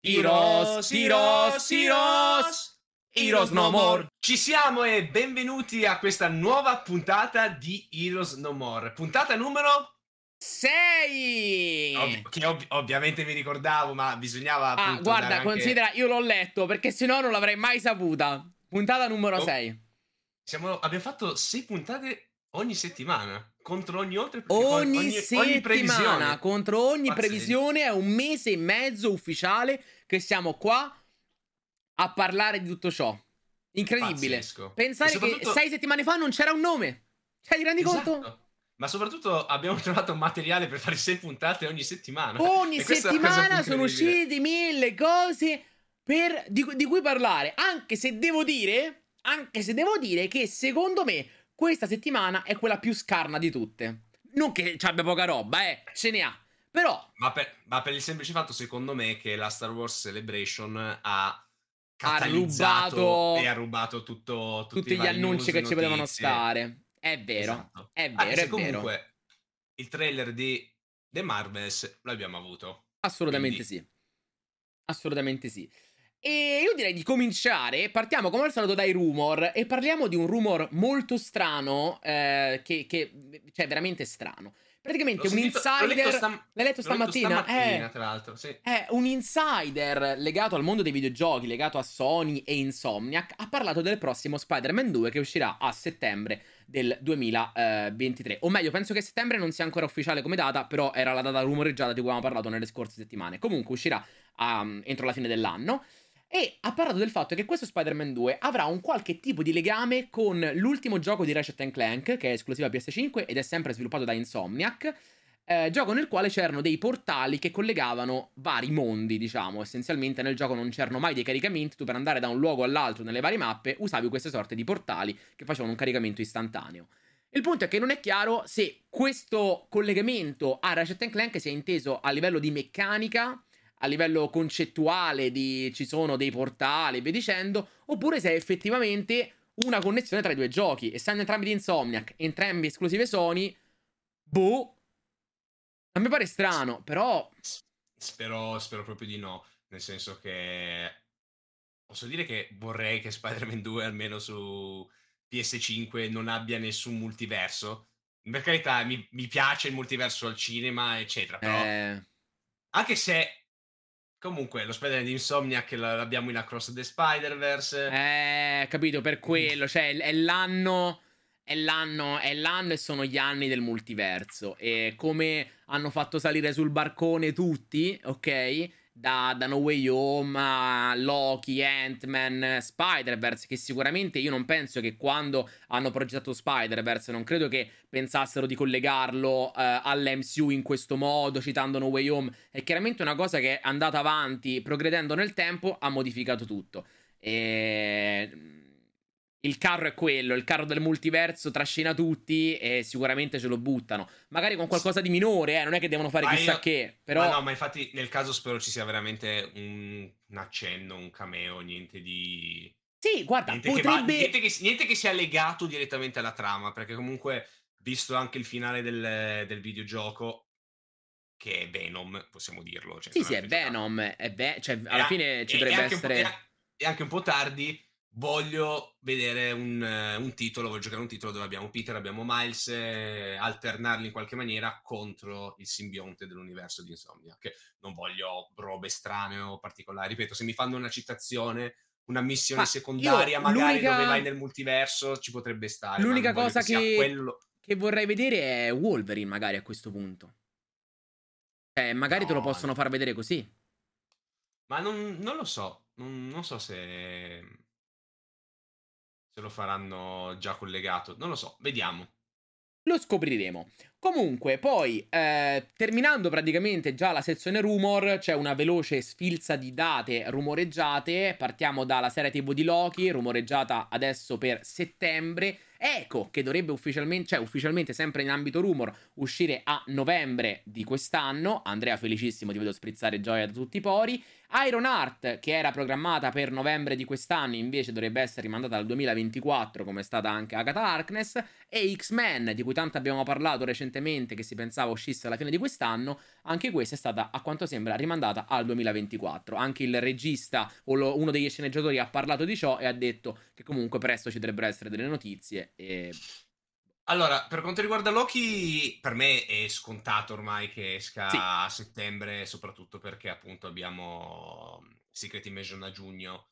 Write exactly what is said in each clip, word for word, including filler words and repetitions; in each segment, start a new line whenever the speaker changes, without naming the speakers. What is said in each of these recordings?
Heroes, Heroes, Heroes, Heroes No More.
Ci siamo e benvenuti a questa nuova puntata di Heroes No More. Puntata numero
sei.
Ovvi- che ov- ovviamente mi ricordavo, ma bisognava
Ah,
appunto
guarda,
dare anche...
considera, io l'ho letto perché sennò non l'avrei mai saputa. Puntata numero
Oh,
sei.
siamo- abbiamo fatto sei puntate ogni settimana, contro ogni oltre...
Ogni,
ogni,
settimana,
ogni previsione.
contro ogni
Pazzesco.
previsione, è un mese e mezzo ufficiale che siamo qua a parlare di tutto ciò. Incredibile.
Pazzesco.
Pensare
E soprattutto-
che sei settimane fa non c'era un nome. Cioè, ti rendi
Esatto.
conto?
Ma soprattutto abbiamo trovato materiale per fare sei puntate ogni settimana.
Ogni
E questa è una cosa
settimana sono
incredibile.
uscite mille cose per, di, cu- di cui parlare. Anche se devo dire, anche se devo dire che secondo me questa settimana è quella più scarna di tutte. Non che ci abbia poca roba, eh, ce ne ha. Però,
Ma per, ma per il semplice fatto, secondo me, che la Star Wars Celebration ha
Ha
catalizzato
rubato
e ha rubato tutto, tutti,
tutti
i
gli
vari
annunci
news,
che ci potevano
notizie.
stare. È vero,
Esatto.
è
Anche
vero,
se
è vero.
comunque il trailer di The Marvels l'abbiamo avuto.
Assolutamente
Quindi-
sì. Assolutamente sì. E io direi di cominciare. Partiamo come al solito dai rumor. E parliamo di un rumor molto strano. Eh, che, che cioè, veramente strano. Praticamente
L'ho
un
sentito- l'ho letto
insider.
stam-
L'hai letto
l'ho letto
stamattina?
stamattina,
Eh.
tra l'altro, sì.
Eh, un insider legato al mondo dei videogiochi, legato a Sony e Insomniac, ha parlato del prossimo Spider-Man due che uscirà a settembre del duemilaventitré. O meglio, penso che settembre non sia ancora ufficiale come data, però era la data rumoreggiata di cui avevamo parlato nelle scorse settimane. Comunque uscirà um, entro la fine dell'anno. E ha parlato del fatto che questo Spider-Man due avrà un qualche tipo di legame con l'ultimo gioco di Ratchet and Clank, che è esclusiva P S cinque ed è sempre sviluppato da Insomniac. Eh, gioco nel quale c'erano dei portali che collegavano vari mondi, diciamo. Essenzialmente nel gioco non c'erano mai dei caricamenti, tu per andare da un luogo all'altro nelle varie mappe usavi queste sorte di portali che facevano un caricamento istantaneo. Il punto è che non è chiaro se questo collegamento a Ratchet and Clank sia inteso a livello di meccanica, a livello concettuale di ci sono dei portali e via dicendo, oppure se è effettivamente una connessione tra i due giochi. Essendo entrambi di Insomniac, entrambi esclusive Sony, boh. A me pare strano, però...
S- Spero, spero proprio di no. Nel senso che posso dire che vorrei che Spider-Man due almeno su P S cinque non abbia nessun multiverso. Per carità, mi, mi piace il multiverso al cinema, eccetera, però
Eh,
anche se comunque lo Spider-Man di Insomniac l- l'abbiamo in Across the Spider-Verse.
eh, capito, per quello. Cioè, è l'anno... È l'anno, è l'anno e sono gli anni del multiverso. E come hanno fatto salire sul barcone tutti, ok? Da, da No Way Home a Loki, Ant-Man, Spider-Verse, che sicuramente io non penso che quando hanno progettato Spider-Verse, non credo che pensassero di collegarlo eh, all'M C U in questo modo, citando No Way Home. È chiaramente una cosa che è andata avanti, progredendo nel tempo, ha modificato tutto. E... Il carro è quello, il carro del multiverso trascina tutti e sicuramente ce lo buttano. Magari con qualcosa di minore, eh, non è che devono fare
Ma
chissà
io-
che, però...
Ma no, ma infatti nel caso spero ci sia veramente un, un accenno, un cameo, niente di...
Sì, guarda,
Niente che, va-
potrebbe...
niente che, niente che sia legato direttamente alla trama, perché comunque, visto anche il finale del, del videogioco, che è Venom, possiamo dirlo. Cioè,
Sì,
non
sì, è
avete giocato.
Venom, è ve- cioè,
E
alla
a-
fine ci
e- e
dovrebbe
anche un po'- e
essere...
a- e anche un po' tardi voglio vedere un, eh, un titolo, voglio giocare un titolo dove abbiamo Peter, abbiamo Miles, eh, alternarli in qualche maniera contro il simbionte dell'universo di Insomnia, che non voglio robe strane o particolari. Ripeto, se mi fanno una citazione, una missione
Ma
secondaria
io
magari
l'unica...
dove vai nel multiverso, ci potrebbe stare, ma
L'unica
non voglio
cosa
che sia
che...
quello.
che vorrei vedere è Wolverine, magari, a questo punto. Cioè, magari te lo
No,
possono
no.
far vedere così.
Ma non, non lo so, non, non so se, se lo faranno già collegato, non lo so, vediamo.
Lo scopriremo. Comunque, poi, eh, terminando praticamente già la sezione rumor, c'è una veloce sfilza di date rumoreggiate. Partiamo dalla serie T V di Loki, rumoreggiata adesso per settembre. Echo, che dovrebbe ufficialmente, cioè ufficialmente sempre in ambito rumor, uscire a novembre di quest'anno. Andrea felicissimo, ti vedo sprizzare gioia da tutti i pori. Ironheart, che era programmata per novembre di quest'anno, invece dovrebbe essere rimandata al duemilaventiquattro, come è stata anche Agatha Harkness. E X-Men, di cui tanto abbiamo parlato recentemente recentemente, che si pensava uscisse alla fine di quest'anno, anche questa è stata, a quanto sembra, rimandata al duemilaventiquattro. Anche il regista o lo, uno degli sceneggiatori ha parlato di ciò e ha detto che comunque presto ci dovrebbero essere delle notizie e...
Allora, per quanto riguarda Loki, per me è scontato ormai che
Sì,
esca a settembre, soprattutto perché appunto abbiamo Secret Invasion a giugno.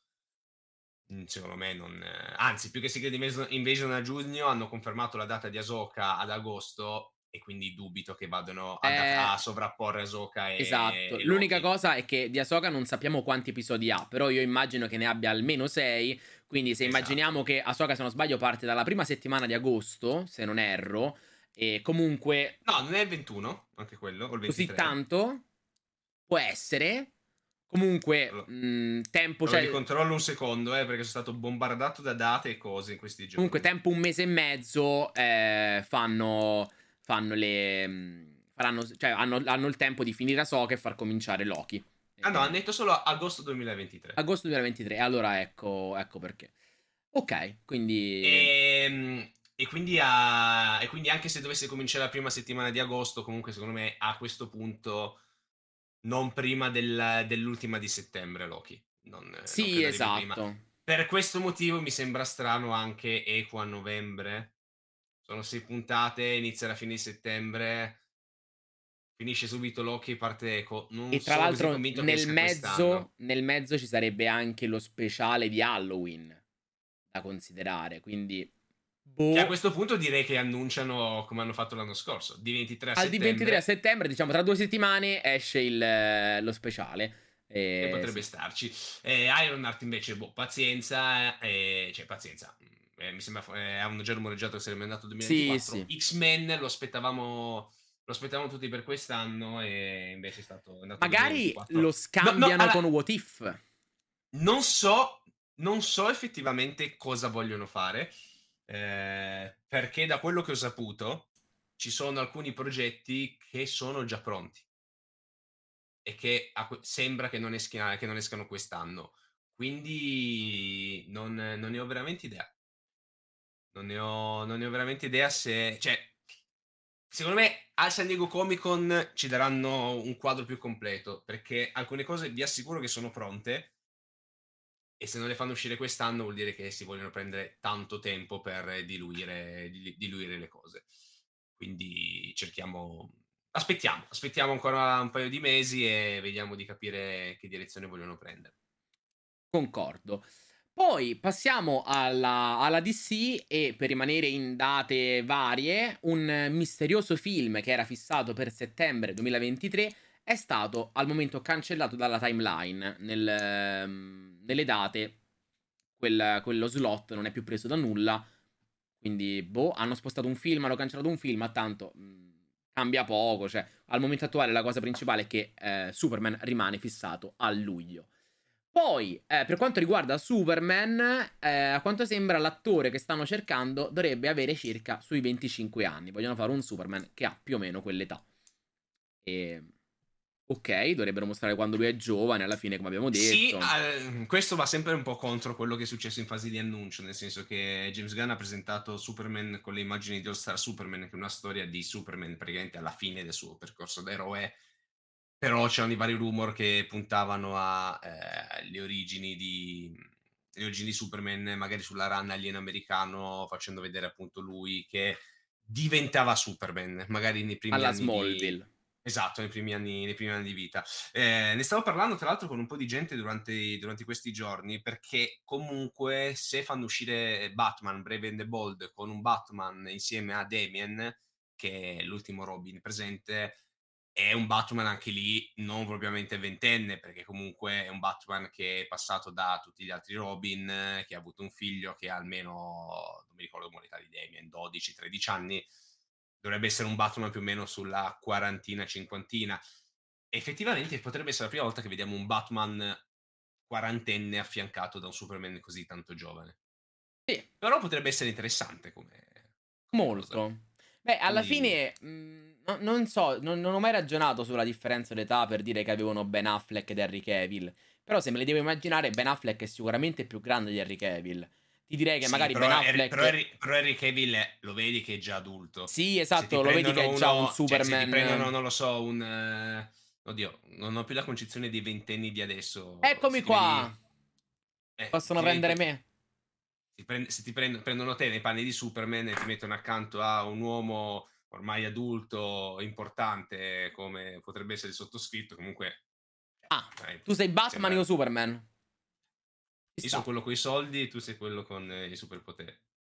Mm, Secondo me non... eh, Anzi, più che Secret Invasion Invasion a giugno, hanno confermato la data di Ahsoka ad agosto e quindi dubito che vadano ad-
eh,
a sovrapporre Ahsoka e,
esatto.
e
L'unica
Loki.
cosa è che di Ahsoka non sappiamo quanti episodi ha, però io immagino che ne abbia almeno sei, quindi se immaginiamo
Esatto.
che Ahsoka, se non sbaglio, parte dalla prima settimana di agosto, se non erro, e comunque
No, non è il ventuno, anche quello, o il
così
ventitré.
tanto può essere. Comunque,
Lo,
mh, tempo,
lo
cioè,
ricontrollo un secondo, eh, perché sono stato bombardato da date e cose in questi
comunque
giorni.
tempo un mese e mezzo, eh, fanno, fanno le... mh, faranno, cioè, hanno, hanno il tempo di finire Ahsoka e far cominciare Loki.
Ah no,
Eh,
hanno detto solo agosto duemilaventitré.
agosto duemilaventitré, allora ecco, ecco perché. Ok, quindi...
E, e quindi ha- e quindi anche se dovesse cominciare la prima settimana di agosto, comunque secondo me a questo punto non prima del- dell'ultima di settembre Loki. Non, eh, non
Sì,
credo arrivi prima.
esatto.
Per questo motivo mi sembra strano anche Eco a novembre. Sono sei puntate, inizia la fine di settembre, finisce subito Loki, parte Eco. Non
E tra
sono così
l'altro
convinto che
nel
esca quest'anno.
mezzo, nel mezzo ci sarebbe anche lo speciale di Halloween da considerare, quindi...
Che a
Boh...
questo punto direi che annunciano come hanno fatto l'anno scorso, di ventitré a
Al di ventitré a
settembre.
settembre, diciamo tra due settimane, esce il, eh, lo speciale.
E
E
potrebbe
sì.
starci. Eh, Ironheart invece, boh, pazienza, eh, cioè pazienza. Eh, mi sembra, eh, hanno già rumoreggiato che sarebbe andato
Sì,
duemilaventiquattro.
sì.
X-Men lo aspettavamo, lo aspettavamo tutti per quest'anno e invece è stato è andato
Magari lo
duemilaventiquattro. No, no,
scambiano con
allora,
What If.
non so, non so effettivamente cosa vogliono fare, eh, perché da quello che ho saputo ci sono alcuni progetti che sono già pronti e che a que- sembra che non, eschia- che non escano quest'anno. Quindi non, non ne ho veramente idea. Non ne ho, non ne ho veramente idea se... Cioè, secondo me al San Diego Comic Con ci daranno un quadro più completo, perché alcune cose vi assicuro che sono pronte e se non le fanno uscire quest'anno vuol dire che si vogliono prendere tanto tempo per diluire, di- diluire le cose. Quindi cerchiamo... Aspettiamo, aspettiamo ancora un paio di mesi e vediamo di capire che direzione vogliono prendere.
Concordo. Poi passiamo alla, alla D C e per rimanere in date varie, un misterioso film che era fissato per settembre duemilaventitré è stato al momento cancellato dalla timeline. Nel, ehm, nelle date, quel- quello slot non è più preso da nulla. Quindi, boh, hanno spostato un film, hanno cancellato un film, ma tanto mh, cambia poco. Cioè, al momento attuale la cosa principale è che eh, Superman rimane fissato a luglio. Poi, eh, per quanto riguarda Superman, eh, a quanto sembra l'attore che stanno cercando dovrebbe avere circa sui venticinque anni. Vogliono fare un Superman che ha più o meno quell'età. E... Ok, dovrebbero mostrare quando lui è giovane, alla fine, come abbiamo
Sì,
detto.
eh, questo va sempre un po' contro quello che è successo in fase di annuncio, nel senso che James Gunn ha presentato Superman con le immagini di All Star Superman, che è una storia di Superman praticamente alla fine del suo percorso da eroe, però c'erano i vari rumor che puntavano alle origini di le origini di Superman, magari sulla run alieno americano, facendo vedere appunto lui che diventava Superman, magari nei primi
Alla
anni di...
Smallville.
Esatto, nei primi anni, nei primi anni di vita. Eh, ne stavo parlando tra l'altro con un po' di gente durante, i- durante questi giorni, perché comunque se fanno uscire Batman, Brave and the Bold, con un Batman insieme a Damien, che è l'ultimo Robin presente, è un Batman anche lì non propriamente ventenne, perché comunque è un Batman che è passato da tutti gli altri Robin, eh, che ha avuto un figlio che ha almeno, non mi ricordo l'età di Damien, dodici tredici anni, dovrebbe essere un Batman più o meno sulla quarantina, cinquantina. Effettivamente potrebbe essere la prima volta che vediamo un Batman quarantenne affiancato da un Superman così tanto giovane.
Sì,
Però potrebbe essere interessante come, come cosa.
molto. Beh, alla
Quindi
fine, mh, no- non so, non, non ho mai ragionato sulla differenza d'età per dire che avevano Ben Affleck ed Henry Cavill. Però se me li devo immaginare, Ben Affleck è sicuramente più grande di Henry Cavill. ti direi che
Sì,
magari
però,
Ben
Henry,
Affleck...
però, Henry, però Henry Cavill è- lo vedi che è già adulto.
Sì,
Se ti
esatto, lo vedi che
prendono
è già un
uno, cioè se ti prendono,
Superman.
non lo so, un... eh, oddio, non ho più la concezione dei ventenni di adesso. Se
Eccomi
ti vedi...
qua!
Eh, se
Possono
ti vedi...
prendere
pre-
me.
ti prend- se ti prend- prendono te nei panni di Superman e ti mettono accanto a un uomo ormai adulto, importante, come potrebbe essere il sottoscritto, comunque...
Ah,
eh,
tu sei Batman, io
sembra...
Superman. Ci
Io sono
sta.
quello con i soldi, tu sei quello con eh, i superpoteri.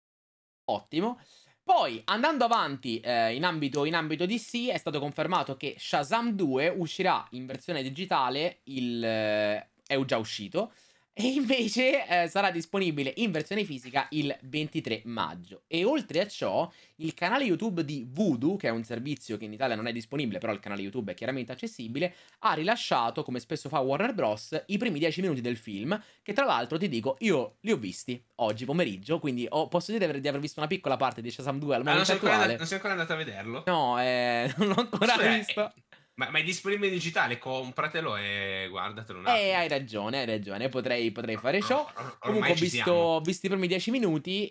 Ottimo. Poi, andando avanti eh, in ambito, in ambito D C, è stato confermato che Shazam due uscirà in versione digitale, il, eh, è già uscito, e invece eh, sarà disponibile in versione fisica il ventitré maggio. E oltre a ciò, il canale YouTube di Vudu, che è un servizio che in Italia non è disponibile, però il canale YouTube è chiaramente accessibile, ha rilasciato, come spesso fa Warner Bros., i primi dieci minuti del film, che tra l'altro ti dico, io li ho visti oggi pomeriggio, quindi ho- posso dire di aver, di aver visto una piccola parte di Shazam due al
Ah, non
momento
sei ancora, andat-
attuale.
non sei ancora andato a vederlo?
No, eh, non l'ho ancora
Scusa,
visto.
eh, ma, ma è disponibile in digitale? Compratelo e guardatelo un
Eh,
attimo.
hai ragione, hai ragione, potrei, potrei fare
Or-
ciò.
or-
Comunque
ormai
ho
ci
visto,
siamo.
ho visto i primi dieci minuti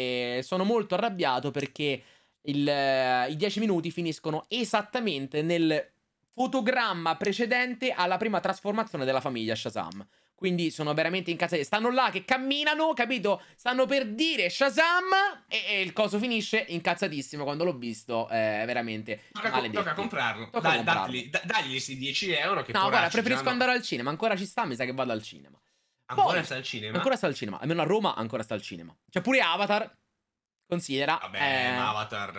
e sono molto arrabbiato perché il, eh, i dieci minuti finiscono esattamente nel fotogramma precedente alla prima trasformazione della famiglia Shazam. Quindi sono veramente incazzati. Stanno là che camminano, capito? Stanno per dire Shazam e, e il coso finisce incazzatissimo. Quando l'ho visto, eh, veramente
Tocca, co- tocca
maledetti.
comprarlo.
Tocca
Dai,
comprarlo.
dateli- da- dagli questi dieci euro che
No, guarda,
poracci già
preferisco
no.
andare al cinema. Ancora ci sta, mi sa che vado al cinema.
Ancora
Poi,
sta al cinema?
ancora sta al cinema. Almeno a Roma ancora sta al cinema. C'è pure Avatar. Considera.
Vabbè, ma
Eh...
Avatar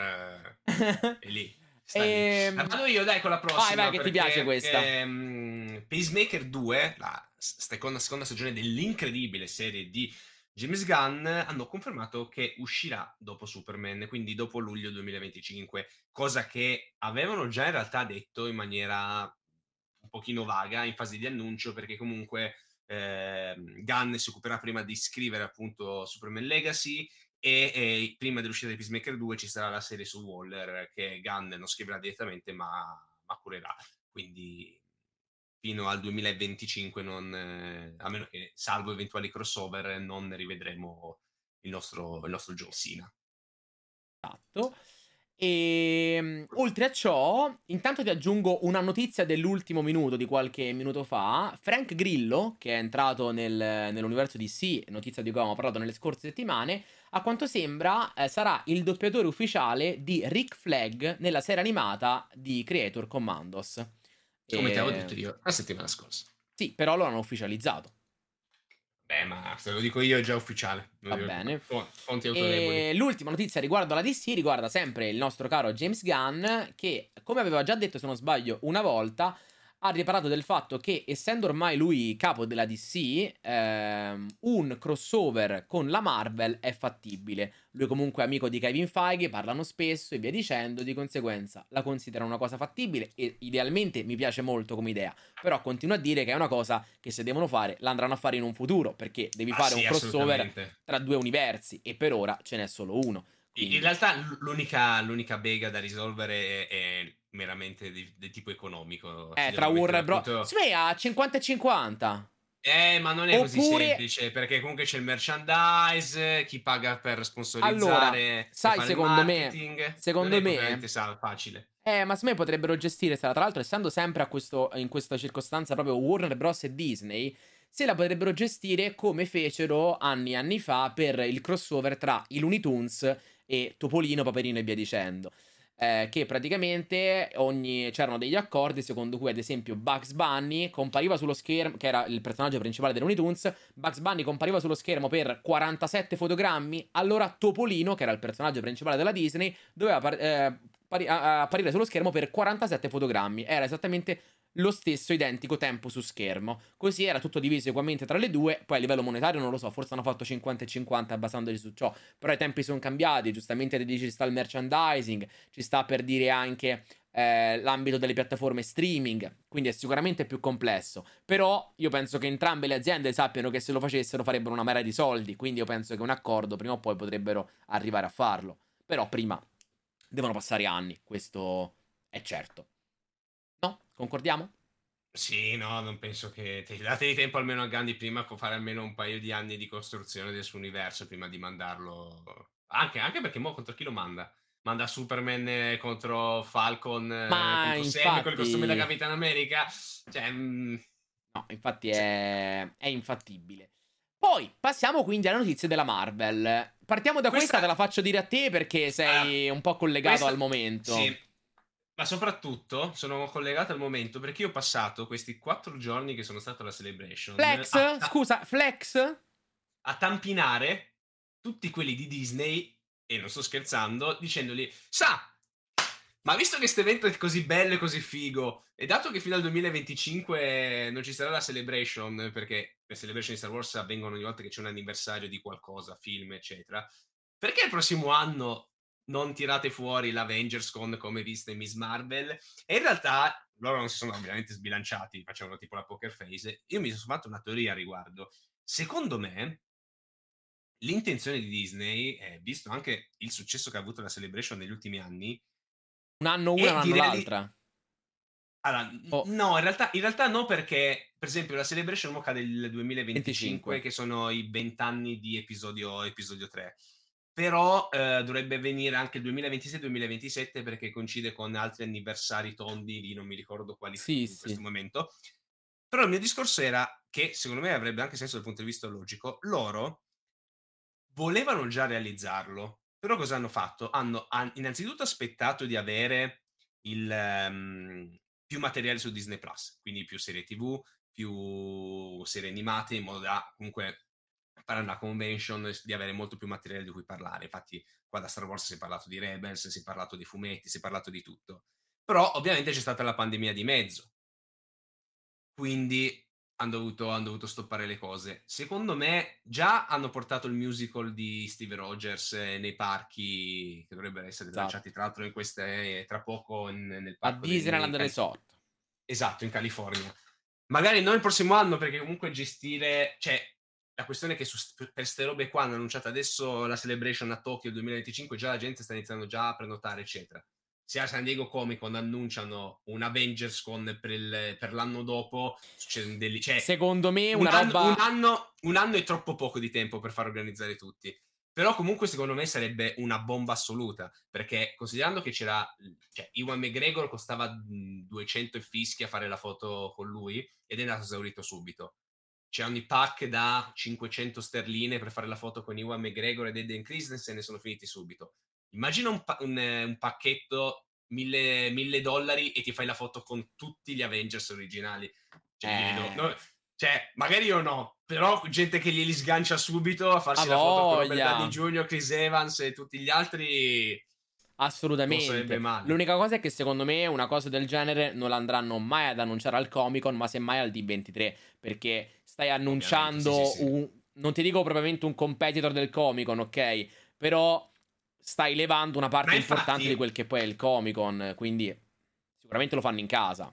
eh, è lì. Sta lì. Eh,
ehm...
Vado io, dai, con la
Vai, vai,
prossima.
che ti
Perché
piace questa.
ehm, Peacemaker due, la seconda, seconda stagione dell'incredibile serie di James Gunn, hanno confermato che uscirà dopo Superman, quindi dopo luglio duemilaventicinque, cosa che avevano già in realtà detto in maniera un pochino vaga in fase di annuncio, perché comunque ehm, Gunn si occuperà prima di scrivere appunto Superman Legacy e, e prima dell'uscita di Peacemaker due ci sarà la serie su Waller che Gunn non scriverà direttamente ma, ma curerà, quindi fino al duemilaventicinque non, eh, a meno che salvo eventuali crossover non rivedremo il nostro, il nostro John Cena.
Esatto. E oltre a ciò, intanto ti aggiungo una notizia dell'ultimo minuto, di qualche minuto fa. Frank Grillo, che è entrato nel, nell'universo D C, notizia di cui abbiamo parlato nelle scorse settimane, a quanto sembra eh, sarà il doppiatore ufficiale di Rick Flag nella serie animata di Creator Commandos.
Come ti avevo
E...
detto io la settimana scorsa.
Sì, però lo hanno ufficializzato.
Beh, ma se lo dico io è già ufficiale.
Va bene.
Fonti autorevoli.
E l'ultima notizia riguardo alla D C riguarda sempre il nostro caro James Gunn, che, come aveva già detto, se non sbaglio, una volta, ha riparato del fatto che, essendo ormai lui capo della D C, ehm, un crossover con la Marvel è fattibile. Lui comunque è amico di Kevin Feige, parlano spesso e via dicendo, di conseguenza la considera una cosa fattibile e idealmente mi piace molto come idea, però continua a dire che è una cosa che se devono fare l'andranno a fare in un futuro, perché devi
Ah,
fare
sì,
un crossover tra due universi e per ora ce n'è solo uno. Quindi...
In realtà l'unica, l'unica bega da risolvere è, è meramente di, di tipo economico.
Eh,
Ci
tra
devono mettere
Warner Bros.
appunto...
Svea cinquanta e cinquanta.
Eh, ma non è così
Oppure...
semplice, perché comunque c'è il merchandise, chi paga per
Allora,
sponsorizzare e
sai,
fare il
secondo me,
marketing. Non
secondo
è
me,
propriamente sa- facile.
eh, ma secondo me potrebbero gestire, tra l'altro, essendo sempre a questo, in questa circostanza proprio Warner Bros. E Disney, se la potrebbero gestire come fecero anni e anni fa per il crossover tra i Looney Tunes e Topolino, Paperino e via dicendo. Eh, che praticamente ogni... c'erano degli accordi secondo cui, ad esempio, Bugs Bunny compariva sullo schermo, che era il personaggio principale dei Looney Tunes. Bugs Bunny compariva sullo schermo per quarantasette fotogrammi, allora Topolino, che era il personaggio principale della Disney, doveva par- eh, pari- a- apparire sullo schermo per quarantasette fotogrammi. Era esattamente lo stesso identico tempo su schermo. Così era tutto diviso ugualmente tra le due. Poi a livello monetario non lo so, forse hanno fatto cinquanta e cinquanta basandosi su ciò, però i tempi sono cambiati. Giustamente ti dici, ci sta il merchandising, ci sta per dire anche eh, l'ambito delle piattaforme streaming, quindi è sicuramente più complesso. Però io penso che entrambe le aziende sappiano che se lo facessero farebbero una marea di soldi, quindi io penso che un accordo prima o poi potrebbero arrivare a farlo. Però prima devono passare anni, questo è certo. No? Concordiamo?
Sì, no, non penso che te dategli tempo almeno a Gandhi prima con fare almeno un paio di anni di costruzione del suo universo prima di mandarlo. Anche, anche perché mo contro chi lo manda? Manda Superman eh, contro Falcon eh,
Ma
contro Sam con il costume da
infatti,
Capitan America. Cioè, mm,
no, infatti
cioè,
è, è infattibile. Poi passiamo quindi alle notizie della Marvel. Partiamo da questa, te
questa
la faccio dire a te perché
ah,
sei un po' collegato al
questa
momento.
sì, ma soprattutto sono collegato al momento perché io ho passato questi quattro giorni che sono stato alla Celebration a,
Flex?
ta-
Scusa, Flex?
a tampinare tutti quelli di Disney, e non sto scherzando, dicendogli: sa, ma visto che questo evento è così bello e così figo, e dato che fino al duemilaventicinque non ci sarà la Celebration, perché le Celebration di Star Wars avvengono ogni volta che c'è un anniversario di qualcosa, film, eccetera, perché il prossimo anno non tirate fuori l'Avengers Con come viste in Miss Marvel? E in realtà loro non si sono ovviamente sbilanciati, facevano tipo la poker face. Io mi sono fatto una teoria a riguardo. Secondo me, l'intenzione di Disney, eh, visto anche il successo che ha avuto la Celebration negli ultimi anni,
Un anno una,
è
un
di
anno
reali-
l'altra.
allora, n-
Oh,
no, in realtà, in realtà no, perché, per esempio, la Celebration mo cade il duemilaventicinque,
venticinque.
che sono i venti anni di episodio, episodio tre. Però eh, dovrebbe venire anche il duemilaventisei-duemilaventisette perché coincide con altri anniversari tondi di non mi ricordo quali
Sì,
film in
sì.
questo momento. Però il mio discorso era che, secondo me, avrebbe anche senso dal punto di vista logico. Loro volevano già realizzarlo, però cosa hanno fatto? Hanno, han- innanzitutto aspettato di avere il, ehm, più materiale su Disney Plus, quindi più serie T V, più serie animate, in modo da comunque fare una convention e di avere molto più materiale di cui parlare. Infatti, qua da Star Wars si è parlato di Rebels, si è parlato di fumetti, si è parlato di tutto. Però, ovviamente, c'è stata la pandemia di mezzo, quindi hanno dovuto, han dovuto stoppare le cose. Secondo me già hanno portato il musical di Steve Rogers eh, nei parchi che dovrebbero essere lanciati
Esatto.
tra l'altro in queste, tra poco in- nel
A
parco dei, nei
Disneyland
Cali-
Resort.
esatto, in California. Magari non il prossimo anno perché comunque gestire, cioè la questione è che su, per queste robe qua hanno annunciato adesso la Celebration a Tokyo duemilaventicinque, già la gente sta iniziando già a prenotare eccetera. Se a San Diego Comic Con annunciano un Avengers Con per, il- per l'anno dopo, succedono degli, cioè
Secondo me
un
una
anno, un,
roba.
anno, un anno è troppo poco di tempo per far organizzare tutti. Però comunque secondo me sarebbe una bomba assoluta, perché considerando che c'era, cioè Ewan McGregor costava mh, duecento e fischi a fare la foto con lui ed è andato esaurito subito. C'è ogni pack da cinquecento sterline per fare la foto con Ewan McGregor ed Eden Christensen e ne sono finiti subito. Immagina un, pa- un, eh, un pacchetto mille, mille dollari e ti fai la foto con tutti gli Avengers originali. Cioè, io vedo,
Eh.
no, cioè, magari io no, però gente che glieli sgancia subito a
Ha
farsi la foto con Robert Downey
voglia.
junior, Chris Evans e tutti gli altri, non sarebbe
Assolutamente.
male.
L'unica cosa è che secondo me una cosa del genere non l'andranno mai ad annunciare al Comic Con, ma semmai al D ventitré. Perché stai
Ovviamente, sì, sì,
annunciando
sì.
un. Non ti dico propriamente un competitor del Comic Con, ok? Però stai levando una
Ma
parte importante di
infatti,
quel che poi è il Comic Con. Quindi sicuramente lo fanno in casa.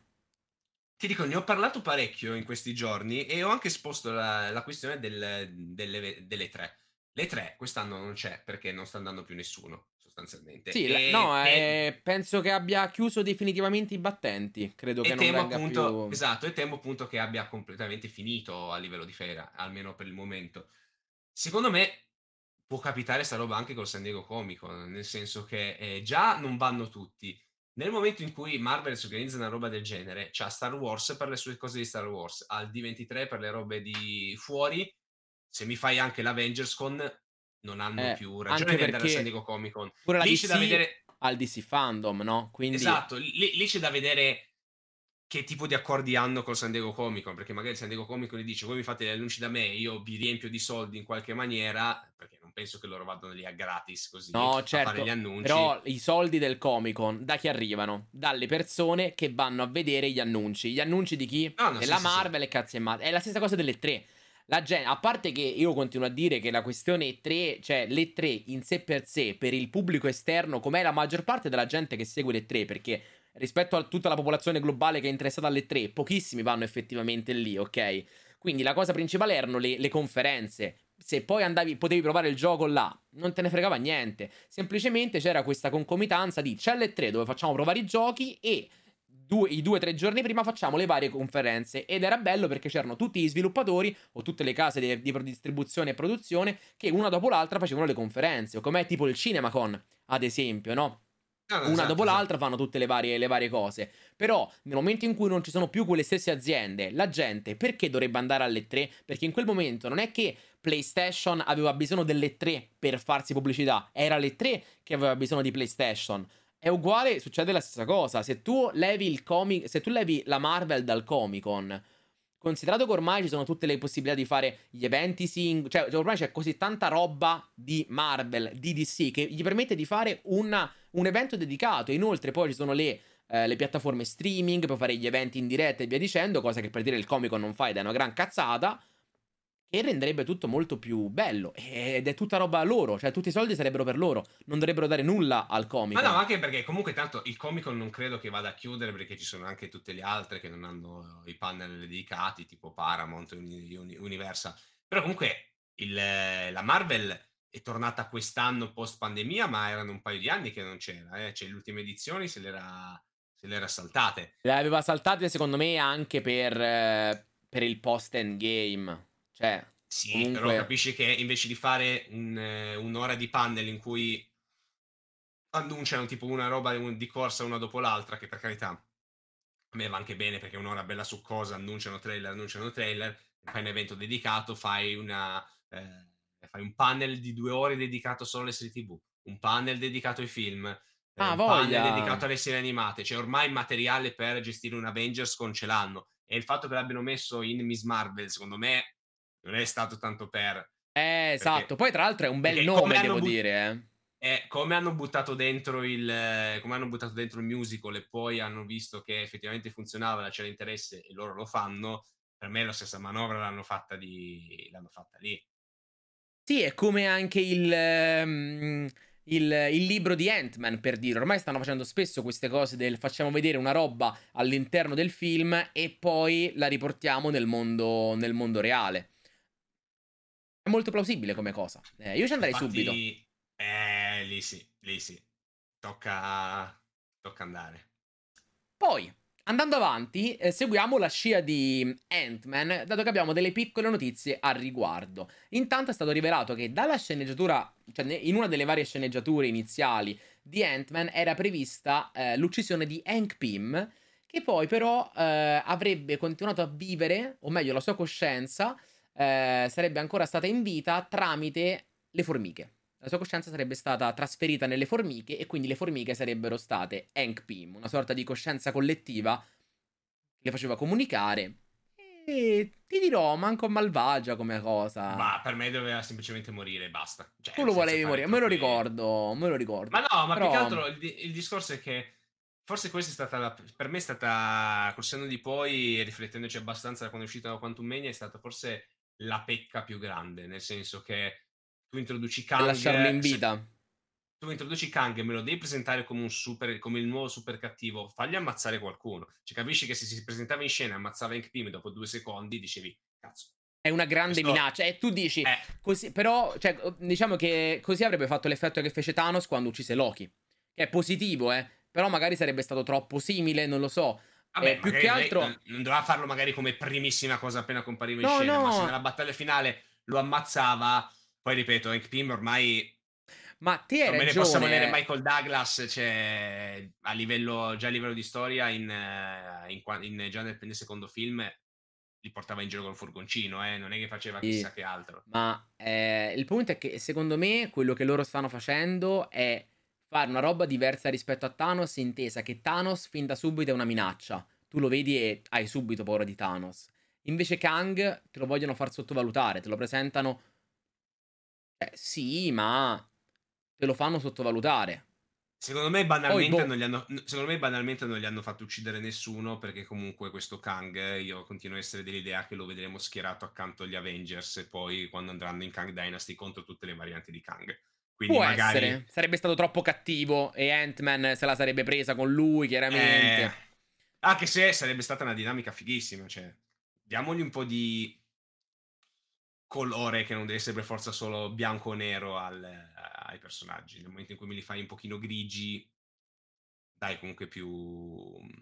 ti dico, ne ho parlato parecchio in questi giorni e ho anche esposto la, la questione del- delle, delle tre. Le tre quest'anno non c'è perché non sta andando più nessuno, sostanzialmente.
Sì, la- no,
E te-
eh, penso che abbia chiuso definitivamente i battenti. Credo che
E
non
temo
venga
appunto,
più.
esatto, e temo appunto che abbia completamente finito a livello di fiera, almeno per il momento. Secondo me può capitare sta roba anche col San Diego Comic Con, nel senso che eh, già non vanno tutti. Nel momento in cui Marvel si organizza una roba del genere, c'ha Star Wars per le sue cose di Star Wars, al D ventitré per le robe di fuori, se mi fai anche l'Avengers Con, non hanno
Eh,
più ragione
anche
di andare al San
perché
Diego Comic Con.
pure la
Lì c'è da
D C
vedere.
ha il D C Fandom, no? Quindi.
Esatto, lì, lì c'è da vedere che tipo di accordi hanno con San Diego Comic Con, perché magari San Diego Comic Con gli dice: voi mi fate gli annunci da me, io vi riempio di soldi in qualche maniera, perché non penso che loro vadano lì a gratis così
No,
a fare gli
certo,
annunci.
però i soldi del Comic Con da chi arrivano? Dalle persone che vanno a vedere gli annunci. Gli annunci di chi?
No, no, sì,
Della
sì, sì.
Marvel e cazzi e mazzi. È la stessa cosa delle tre. La gen- a parte che io continuo a dire che la questione E tre, cioè le tre in sé per sé, per il pubblico esterno, com'è la maggior parte della gente che segue le tre, perché rispetto a tutta la popolazione globale che è interessata alle tre, pochissimi vanno effettivamente lì, ok? Quindi la cosa principale erano le, le conferenze. Se poi andavi, potevi provare il gioco là, non te ne fregava niente. Semplicemente c'era questa concomitanza di c'è le tre dove facciamo provare i giochi e due i due, tre giorni prima facciamo le varie conferenze, ed era bello perché c'erano tutti gli sviluppatori o tutte le case di di pro distribuzione e produzione che una dopo l'altra facevano le conferenze, o com'è tipo il CinemaCon, ad esempio, no,
No, no,
una dopo
esatto, esatto.
l'altra fanno tutte le varie le varie cose. Però nel momento in cui non ci sono più quelle stesse aziende, la gente perché dovrebbe andare alle tre? Perché in quel momento non è che PlayStation aveva bisogno delle tre per farsi pubblicità, era le tre che aveva bisogno di PlayStation. È uguale, succede la stessa cosa. Se tu levi il comic, se tu levi la Marvel dal Comic-Con, considerato che ormai ci sono tutte le possibilità di fare gli eventi sing, cioè ormai c'è così tanta roba di Marvel, di D C, che gli permette di fare una, un evento dedicato. Inoltre poi ci sono le, eh, le piattaforme streaming, puoi fare gli eventi in diretta e via dicendo, cosa che per dire il Comic-Con non fai ed è una gran cazzata, che renderebbe tutto molto più bello. Ed è tutta roba loro, cioè tutti i soldi sarebbero per loro, non dovrebbero dare nulla al
Ma no,
Comic-Con.
anche perché comunque tanto il Comic-Con non credo che vada a chiudere, perché ci sono anche tutte le altre che non hanno i panel dedicati, tipo Paramount, Uni- Uni- Universal. Però comunque il- la Marvel è tornata quest'anno post pandemia, ma erano un paio di anni che non c'era, eh. Cioè le ultime edizioni se l'era, se l'era saltate.
Le aveva saltate secondo me anche per, eh, per il post-endgame. Cioè,
Sì, però
comunque...
capisci che invece di fare un, eh, un'ora di panel in cui annunciano tipo una roba di di corsa una dopo l'altra, che per carità a me va anche bene perché è un'ora bella succosa, annunciano trailer, annunciano trailer, fai un evento dedicato, fai una eh, fai un panel di due ore dedicato solo alle serie tivù, un panel dedicato ai film, eh,
Ah,
un panel
voglia!
dedicato alle serie animate, cioè ormai il materiale per gestire un Avengers con ce l'hanno, e il fatto che l'abbiano messo in Miss Marvel secondo me non è stato tanto per,
Eh, esatto.
perché
Poi tra l'altro è un bel
perché come
nome,
hanno
devo
buttato
dire, eh.
eh, come hanno buttato dentro il eh, come hanno buttato dentro il musical e poi hanno visto che effettivamente funzionava, c'era interesse e loro lo fanno, per me la stessa manovra l'hanno fatta di l'hanno fatta lì.
Sì, è come anche il, ehm, il, il libro di Ant-Man, per dire. Ormai stanno facendo spesso queste cose del facciamo vedere una roba all'interno del film e poi la riportiamo nel mondo, nel mondo reale. È molto plausibile come cosa. Eh, io ci andrei subito.
Infatti eh, lì sì, lì sì. Tocca tocca andare.
Poi, andando avanti, eh, seguiamo la scia di Ant-Man, dato che abbiamo delle piccole notizie al riguardo. Intanto è stato rivelato che dalla sceneggiatura, cioè ne- in una delle varie sceneggiature iniziali di Ant-Man, era prevista eh, l'uccisione di Hank Pym, che poi però eh, avrebbe continuato a vivere, o meglio la sua coscienza eh, sarebbe ancora stata in vita tramite le formiche. La sua coscienza sarebbe stata trasferita nelle formiche e quindi le formiche sarebbero state Hank Pym, una sorta di coscienza collettiva che le faceva comunicare. E ti dirò, manco malvagia come cosa.
Ma per me doveva semplicemente morire e basta.
Tu
Cioè,
lo
senza
volevi
fare
morire, me lo
troppi.
ricordo, me lo
Ma
ricordo.
no, ma più che
Però,
altro il, di- il discorso è che forse questa è stata la, per me è stata, col senno di poi, e riflettendoci abbastanza da quando è uscita Quantum Mania, è stata forse la pecca più grande, nel senso che tu introduci
per lasciarlo
Kang,
in
se
vita.
tu introduci Kang e me lo devi presentare come un super, come il nuovo super cattivo, fagli ammazzare qualcuno. Cioè, capisci che se si presentava in scena e ammazzava Hank Pym dopo due secondi, dicevi, cazzo,
È una grande
questo
minaccia. E tu dici,
è...
così, però, cioè, diciamo che così avrebbe fatto l'effetto che fece Thanos quando uccise Loki. Che è positivo, eh. Però magari sarebbe stato troppo simile, non lo so.
Vabbè,
Eh, più che
magari non, è-
altro...
non- non doveva farlo magari come primissima cosa appena compariva in
No,
scena, ma se
no,
nella battaglia finale lo ammazzava, poi ripeto, Hank Pym ormai
ma te hai
non me ne possa
ragione.
volere
Eh.
Michael Douglas, cioè a livello, già a livello di storia, in, eh, in qua- in- già nel, nel secondo film li portava in giro col furgoncino, eh, non è che faceva chissà
Sì,
che altro.
ma eh, il punto è che secondo me quello che loro stanno facendo è fare una roba diversa rispetto a Thanos, intesa che Thanos fin da subito è una minaccia. Tu lo vedi e hai subito paura di Thanos. Invece Kang te lo vogliono far sottovalutare, te lo presentano... Eh, sì, ma te lo fanno sottovalutare.
Secondo me
Poi,
banalmente
boh,
non gli hanno, secondo me banalmente non gli hanno fatto uccidere nessuno, perché comunque questo Kang, eh, io continuo a essere dell'idea che lo vedremo schierato accanto agli Avengers e poi quando andranno in Kang Dynasty contro tutte le varianti di Kang. Quindi
può
magari
essere. Sarebbe stato troppo cattivo e Ant-Man se la sarebbe presa con lui,
eh,
chiaramente.
anche se sarebbe stata una dinamica fighissima, cioè diamogli un po' di colore che non deve essere per forza solo bianco o nero al- ai personaggi. Nel momento in cui me li fai un pochino grigi, dai comunque più,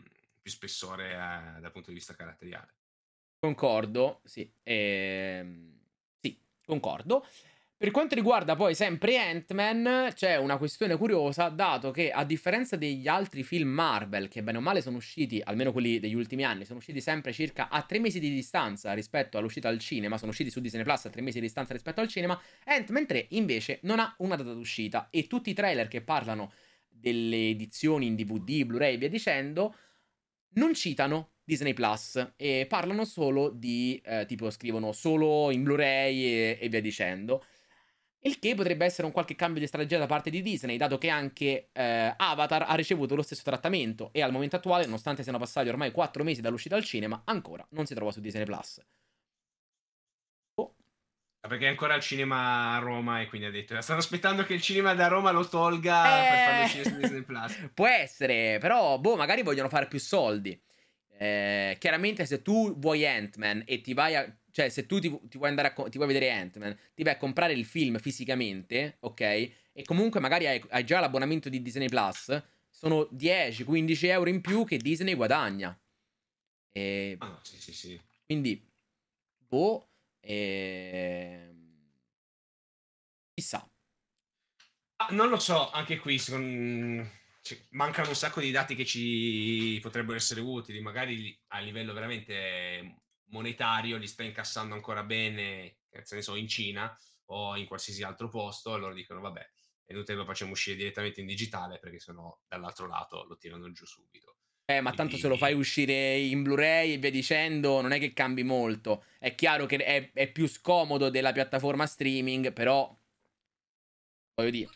più spessore eh, dal punto di vista caratteriale.
Concordo, sì, ehm, sì, concordo. Per quanto riguarda poi sempre Ant-Man, c'è una questione curiosa, dato che a differenza degli altri film Marvel, che bene o male sono usciti, almeno quelli degli ultimi anni, sono usciti sempre circa a tre mesi di distanza rispetto all'uscita al cinema, sono usciti su Disney Plus a tre mesi di distanza rispetto al cinema, Ant-Man tre invece non ha una data d'uscita e tutti i trailer che parlano delle edizioni in D V D, Blu-ray e via dicendo, non citano Disney Plus e parlano solo di, eh, tipo scrivono solo in Blu-ray e, e via dicendo. Il che potrebbe essere un qualche cambio di strategia da parte di Disney, dato che anche eh, Avatar ha ricevuto lo stesso trattamento e al momento attuale, nonostante siano passati ormai quattro mesi dall'uscita al cinema, ancora non si trova su Disney Plus. Oh.
Perché è ancora al cinema a Roma e quindi ha detto stanno aspettando che il cinema da Roma lo tolga per farlo
Eh...
uscire su Disney Plus.
Può essere, però, boh, magari vogliono fare più soldi. Eh, chiaramente se tu vuoi Ant-Man e ti vai a... Cioè, se tu ti, ti vuoi andare a... co- ti vuoi vedere Ant-Man, ti vai a comprare il film fisicamente, ok? E comunque magari hai, hai già l'abbonamento di Disney Plus, sono dieci quindici euro in più che Disney guadagna. E...
Ah, no, sì, sì, sì.
Quindi, boh, ehm... chissà.
Ah, non lo so, anche qui secondo... cioè, mancano un sacco di dati che ci potrebbero essere utili, magari a livello veramente monetario li sta incassando ancora bene, che ne so, in Cina o in qualsiasi altro posto, allora dicono vabbè, è inutile lo facciamo uscire direttamente in digitale perché sennò dall'altro lato lo tirano giù subito.
Eh, ma tanto se lo fai
Quindi
uscire in Blu-ray e via dicendo, non è che cambi molto. È chiaro che è, è più scomodo della piattaforma streaming, però, voglio dire,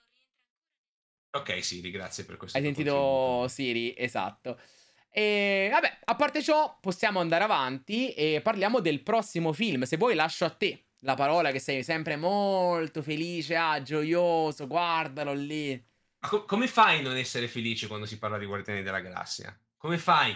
ok Siri, grazie per questo
hai
tuo contributo.
sentito Siri? Esatto. E vabbè, a parte ciò, possiamo andare avanti e parliamo del prossimo film. Se vuoi, lascio a te la parola che sei sempre molto felice, ah, gioioso, guardalo lì.
Ma co- come fai a non essere felice quando si parla di Guardiani della Galassia? Come fai?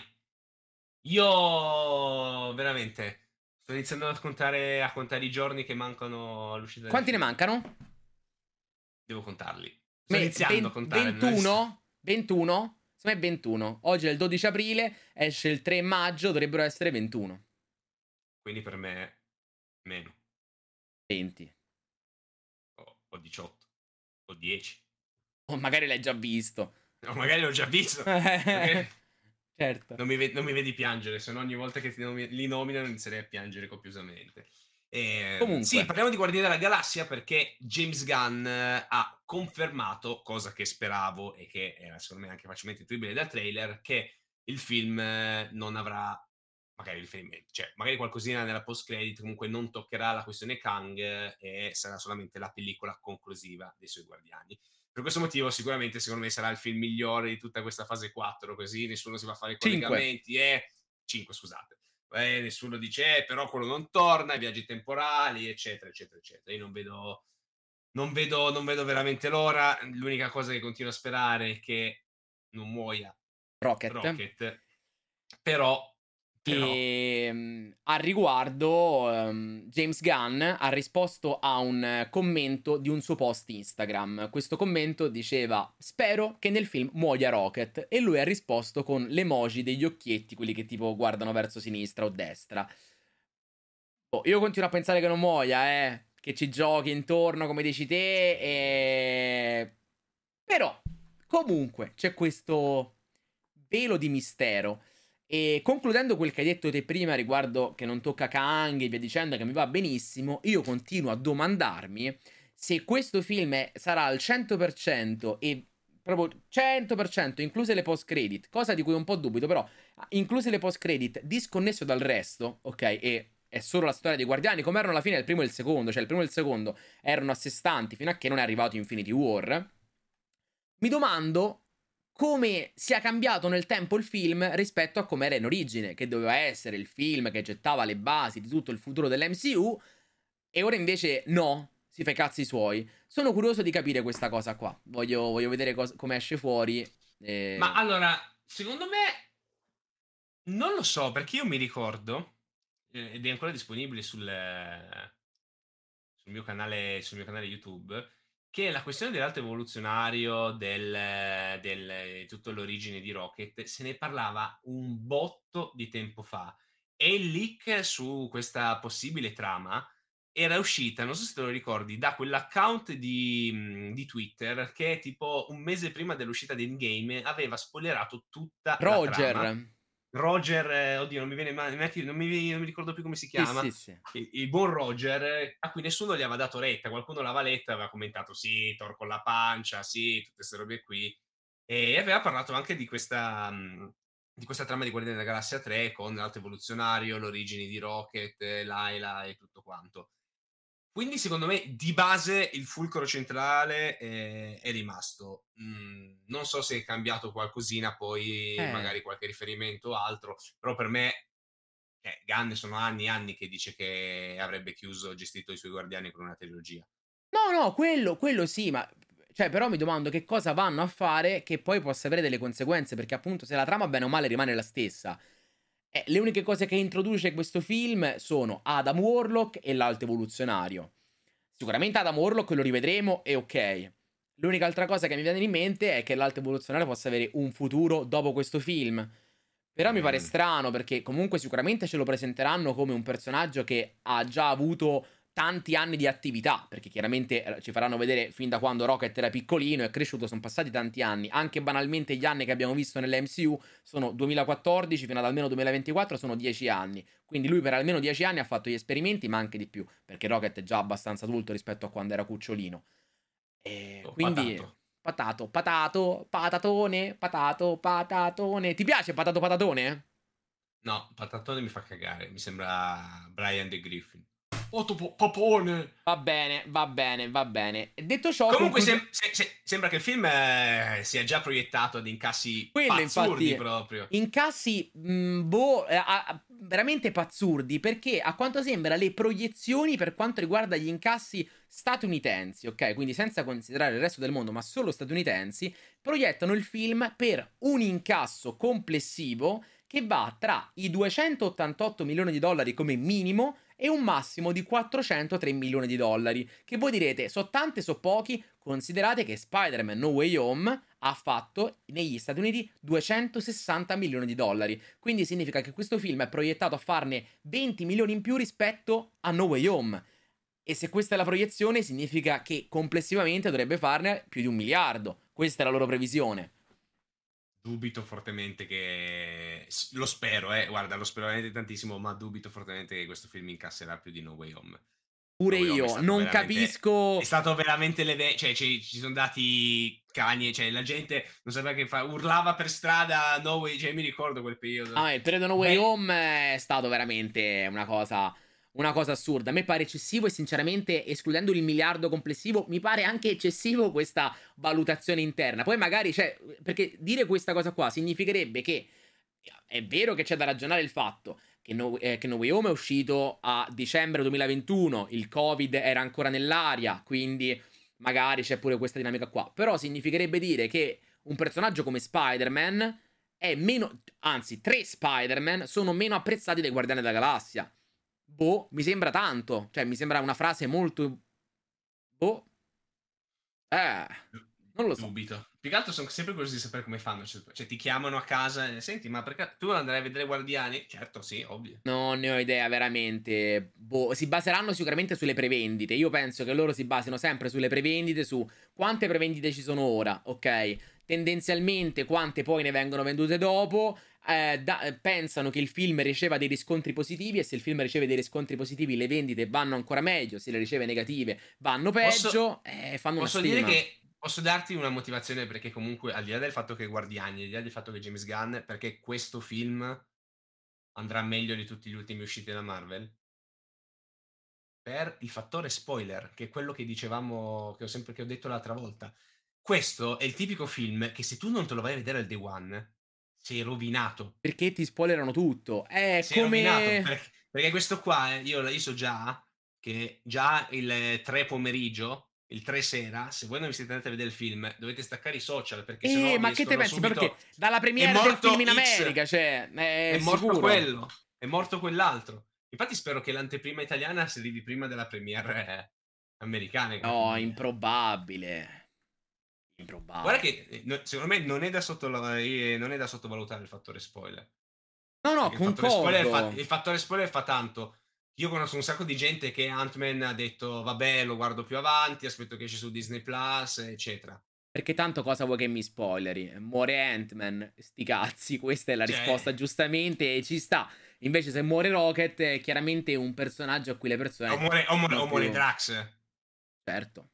Io veramente sto iniziando a contare, a contare i giorni che mancano all'uscita del
Quanti ne
film.
mancano?
Devo contarli. Sto
Me,
iniziando a
ven-
contare. Non sto-
ventuno? ventuno? Secondo me ventuno. Oggi è il dodici aprile, esce il tre maggio, dovrebbero essere ventuno.
Quindi per me meno.
venti.
O, o diciotto. O dieci.
O magari l'hai già visto.
O magari l'ho già visto. Perché
Certo.
non mi, ve- non mi vedi piangere, se no ogni volta che ti nomi- li nominano inizierei a piangere copiosamente. Ehm, sì,
Comunque,
parliamo di Guardiani della Galassia perché James Gunn eh, ha confermato, cosa che speravo e che era secondo me anche facilmente intuibile dal trailer, che il film eh, non avrà magari riferimenti, cioè magari qualcosina nella post credit, comunque non toccherà la questione Kang eh, e sarà solamente la pellicola conclusiva dei suoi Guardiani. Per questo motivo sicuramente secondo me sarà il film migliore di tutta questa fase quattro, così nessuno si va a fare i
cinque.
collegamenti e cinque, scusate. Eh, nessuno dice eh, però quello non torna, i viaggi temporali, eccetera, eccetera, eccetera. Io non vedo non vedo non vedo veramente l'ora. L'unica cosa che continuo a sperare è che non muoia
Rocket.
Rocket. Però però
E mm, al riguardo, ehm, James Gunn ha risposto a un eh, commento di un suo post Instagram. Questo commento diceva: Spero che nel film muoia Rocket. E lui ha risposto con l'emoji degli occhietti, quelli che tipo guardano verso sinistra o destra. Oh, io continuo a pensare che non muoia, eh. Che ci giochi intorno, come dici te. E... Però, comunque, c'è questo velo di mistero. E concludendo quel che hai detto te prima riguardo che non tocca Kang e via dicendo, che mi va benissimo, io continuo a domandarmi se questo film è- sarà al cento per cento e proprio cento per cento, incluse le post credit, cosa di cui un po' dubito, però incluse le post credit, disconnesso dal resto, ok? E è solo la storia dei Guardiani, come erano alla fine il primo e il secondo, cioè il primo e il secondo erano a sé stanti fino a che non è arrivato Infinity War. Mi domando come sia cambiato nel tempo il film rispetto a come era in origine, che doveva essere il film che gettava le basi di tutto il futuro dell'M C U, e ora invece no, si fa i cazzi suoi. Sono curioso di capire questa cosa qua. Voglio, voglio vedere cos- come esce fuori.
ma
E...
allora, secondo me non lo so, perché io mi ricordo eh, ed è ancora disponibile sul, eh, sul mio canale sul mio canale YouTube che la questione dell'alto evoluzionario, del, del tutto l'origine di Rocket, se ne parlava un botto di tempo fa. E il leak su questa possibile trama era uscita, non so se te lo ricordi, da quell'account di, di Twitter che tipo un mese prima dell'uscita di Endgame aveva spoilerato tutta la trama.
Roger.
Roger, eh, oddio, non mi viene mai, non mi, non mi ricordo più come si
Sì,
chiama.
sì, sì.
Il, il buon Roger, a cui nessuno gli aveva dato retta. Qualcuno l'aveva letta e aveva commentato: sì, Thor con la pancia, sì, tutte queste robe qui. E aveva parlato anche di questa, mh, di questa trama di Guardiani della Galassia tre con l'alto evoluzionario, l'origine di Rocket, Layla e tutto quanto. Quindi secondo me di base il fulcro centrale è, è rimasto. Mm, non so se è cambiato qualcosina, poi
Eh.
magari qualche riferimento o altro, però per me eh, Gunn sono anni e anni che dice che avrebbe chiuso, gestito i suoi Guardiani con una trilogia.
No, no, quello, quello sì, ma cioè, però mi domando che cosa vanno a fare che poi possa avere delle conseguenze, perché appunto se la trama bene o male rimane la stessa, eh, le uniche cose che introduce questo film sono Adam Warlock e l'alto evoluzionario. Sicuramente Adam Warlock lo rivedremo e ok. L'unica altra cosa che mi viene in mente è che l'alto evoluzionario possa avere un futuro dopo questo film. Però mi pare
Mm.
strano perché comunque sicuramente ce lo presenteranno come un personaggio che ha già avuto tanti anni di attività, perché chiaramente eh, ci faranno vedere fin da quando Rocket era piccolino, è cresciuto, sono passati tanti anni. Anche banalmente gli anni che abbiamo visto nell'M C U sono duemilaquattordici fino ad almeno duemilaventiquattro, sono dieci anni. Quindi lui per almeno dieci anni ha fatto gli esperimenti, ma anche di più, perché Rocket è già abbastanza adulto rispetto a quando era cucciolino. E
Oh,
quindi
patato.
patato, patato, patatone, patato, patatone. Ti piace patato patatone?
No, Patatone mi fa cagare, mi sembra Brian De Griffin. Oh, topo, papone!
Va bene, va bene, va bene. Detto ciò,
Comunque
concludo...
sem- se- se- sembra che il film eh, sia già proiettato ad incassi
Quello
pazzurdi
infatti,
proprio.
incassi mh, boh, eh, a- veramente pazzurdi, perché a quanto sembra le proiezioni per quanto riguarda gli incassi statunitensi, ok? Quindi senza considerare il resto del mondo, ma solo statunitensi, proiettano il film per un incasso complessivo che va tra i duecentottantotto milioni di dollari come minimo e un massimo di quattrocentotre milioni di dollari. Che voi direte, so tante, so pochi, considerate che Spider-Man No Way Home ha fatto negli Stati Uniti duecentosessanta milioni di dollari. Quindi significa che questo film è proiettato a farne venti milioni in più rispetto a No Way Home. E se questa è la proiezione, significa che complessivamente dovrebbe farne più di un miliardo. Questa è la loro previsione.
Dubito fortemente che... Lo spero, eh. Guarda, lo spero veramente tantissimo, ma dubito fortemente che questo film incasserà più di No Way Home.
Pure
No Way Home è
io,
stato
non
veramente...
capisco...
È stato veramente... Le... Cioè, ci, ci sono dati cagni, cioè la gente non sapeva che fa... Urlava per strada No Way... Cioè, mi ricordo quel periodo.
Ah, il periodo No Way
Beh...
Home è stato veramente una cosa... Una cosa assurda, a me pare eccessivo e sinceramente escludendo il miliardo complessivo mi pare anche eccessivo questa valutazione interna. Poi magari, cioè, perché dire questa cosa qua significherebbe che è vero che c'è da ragionare il fatto che No, eh, che No Way Home è uscito a dicembre duemilaventuno, il Covid era ancora nell'aria, quindi magari c'è pure questa dinamica qua. Però significherebbe dire che un personaggio come Spider-Man è meno, anzi, tre Spider-Man sono meno apprezzati dai Guardiani della Galassia. Boh, mi sembra tanto. Cioè, mi sembra una frase molto... Boh. Eh, non lo so.
Dubito. Più che altro sono sempre curioso di sapere come fanno. Cioè, cioè, ti chiamano a casa e senti, ma perché tu andrai a vedere Guardiani? Certo, sì, ovvio.
Non ne ho idea, veramente. Boh, si baseranno sicuramente sulle prevendite. Io penso che loro si basino sempre sulle prevendite, su quante prevendite ci sono ora, ok? Tendenzialmente quante poi ne vengono vendute dopo. Eh, da, pensano che il film riceva dei riscontri positivi e se il film riceve dei riscontri positivi le vendite vanno ancora meglio, se le riceve negative vanno peggio.
Posso,
eh, fanno
posso
una
dire
stima.
che posso darti una motivazione perché comunque al di là del fatto che Guardiani, al di là del fatto che James Gunn, perché questo film andrà meglio di tutti gli ultimi usciti della Marvel? Per il fattore spoiler, che è quello che dicevamo, che ho sempre che ho detto l'altra volta. Questo è il tipico film che se tu non te lo vai a vedere al day one, sei rovinato.
Perché ti spoilerano tutto. È
Sei rovinato,
come...
perché, perché questo qua, eh, io, io so già che già il tre pomeriggio, il tre sera, se voi non vi siete andati a vedere il film, dovete staccare i social, perché sennò
Eh,
vi
ma che te
escono
pensi? Perché
subito...
dalla
È
premiere del
morto
film in
X,
America, cioè, è
è morto
sicuro.
quello, è morto quell'altro. Infatti spero che l'anteprima italiana si arrivi prima della premiere americane.
No, improbabile. Improbabile.
Guarda che eh, no, secondo me non è da sottola- eh, non è da sottovalutare il fattore spoiler.
No, no,
Perché il fattore spoiler fa,
concordo.
il fattore spoiler fa tanto. Io conosco un sacco di gente che Ant-Man ha detto vabbè, lo guardo più avanti, aspetto che esce su Disney Plus, eccetera.
Perché tanto cosa vuoi che mi spoileri? Muore Ant-Man, sti cazzi, questa è la
Cioè,
risposta giustamente e ci sta. Invece se muore Rocket è chiaramente un personaggio a cui le
o
persone
muore, o muore,
sono
o muore
più...
Drax.
Certo,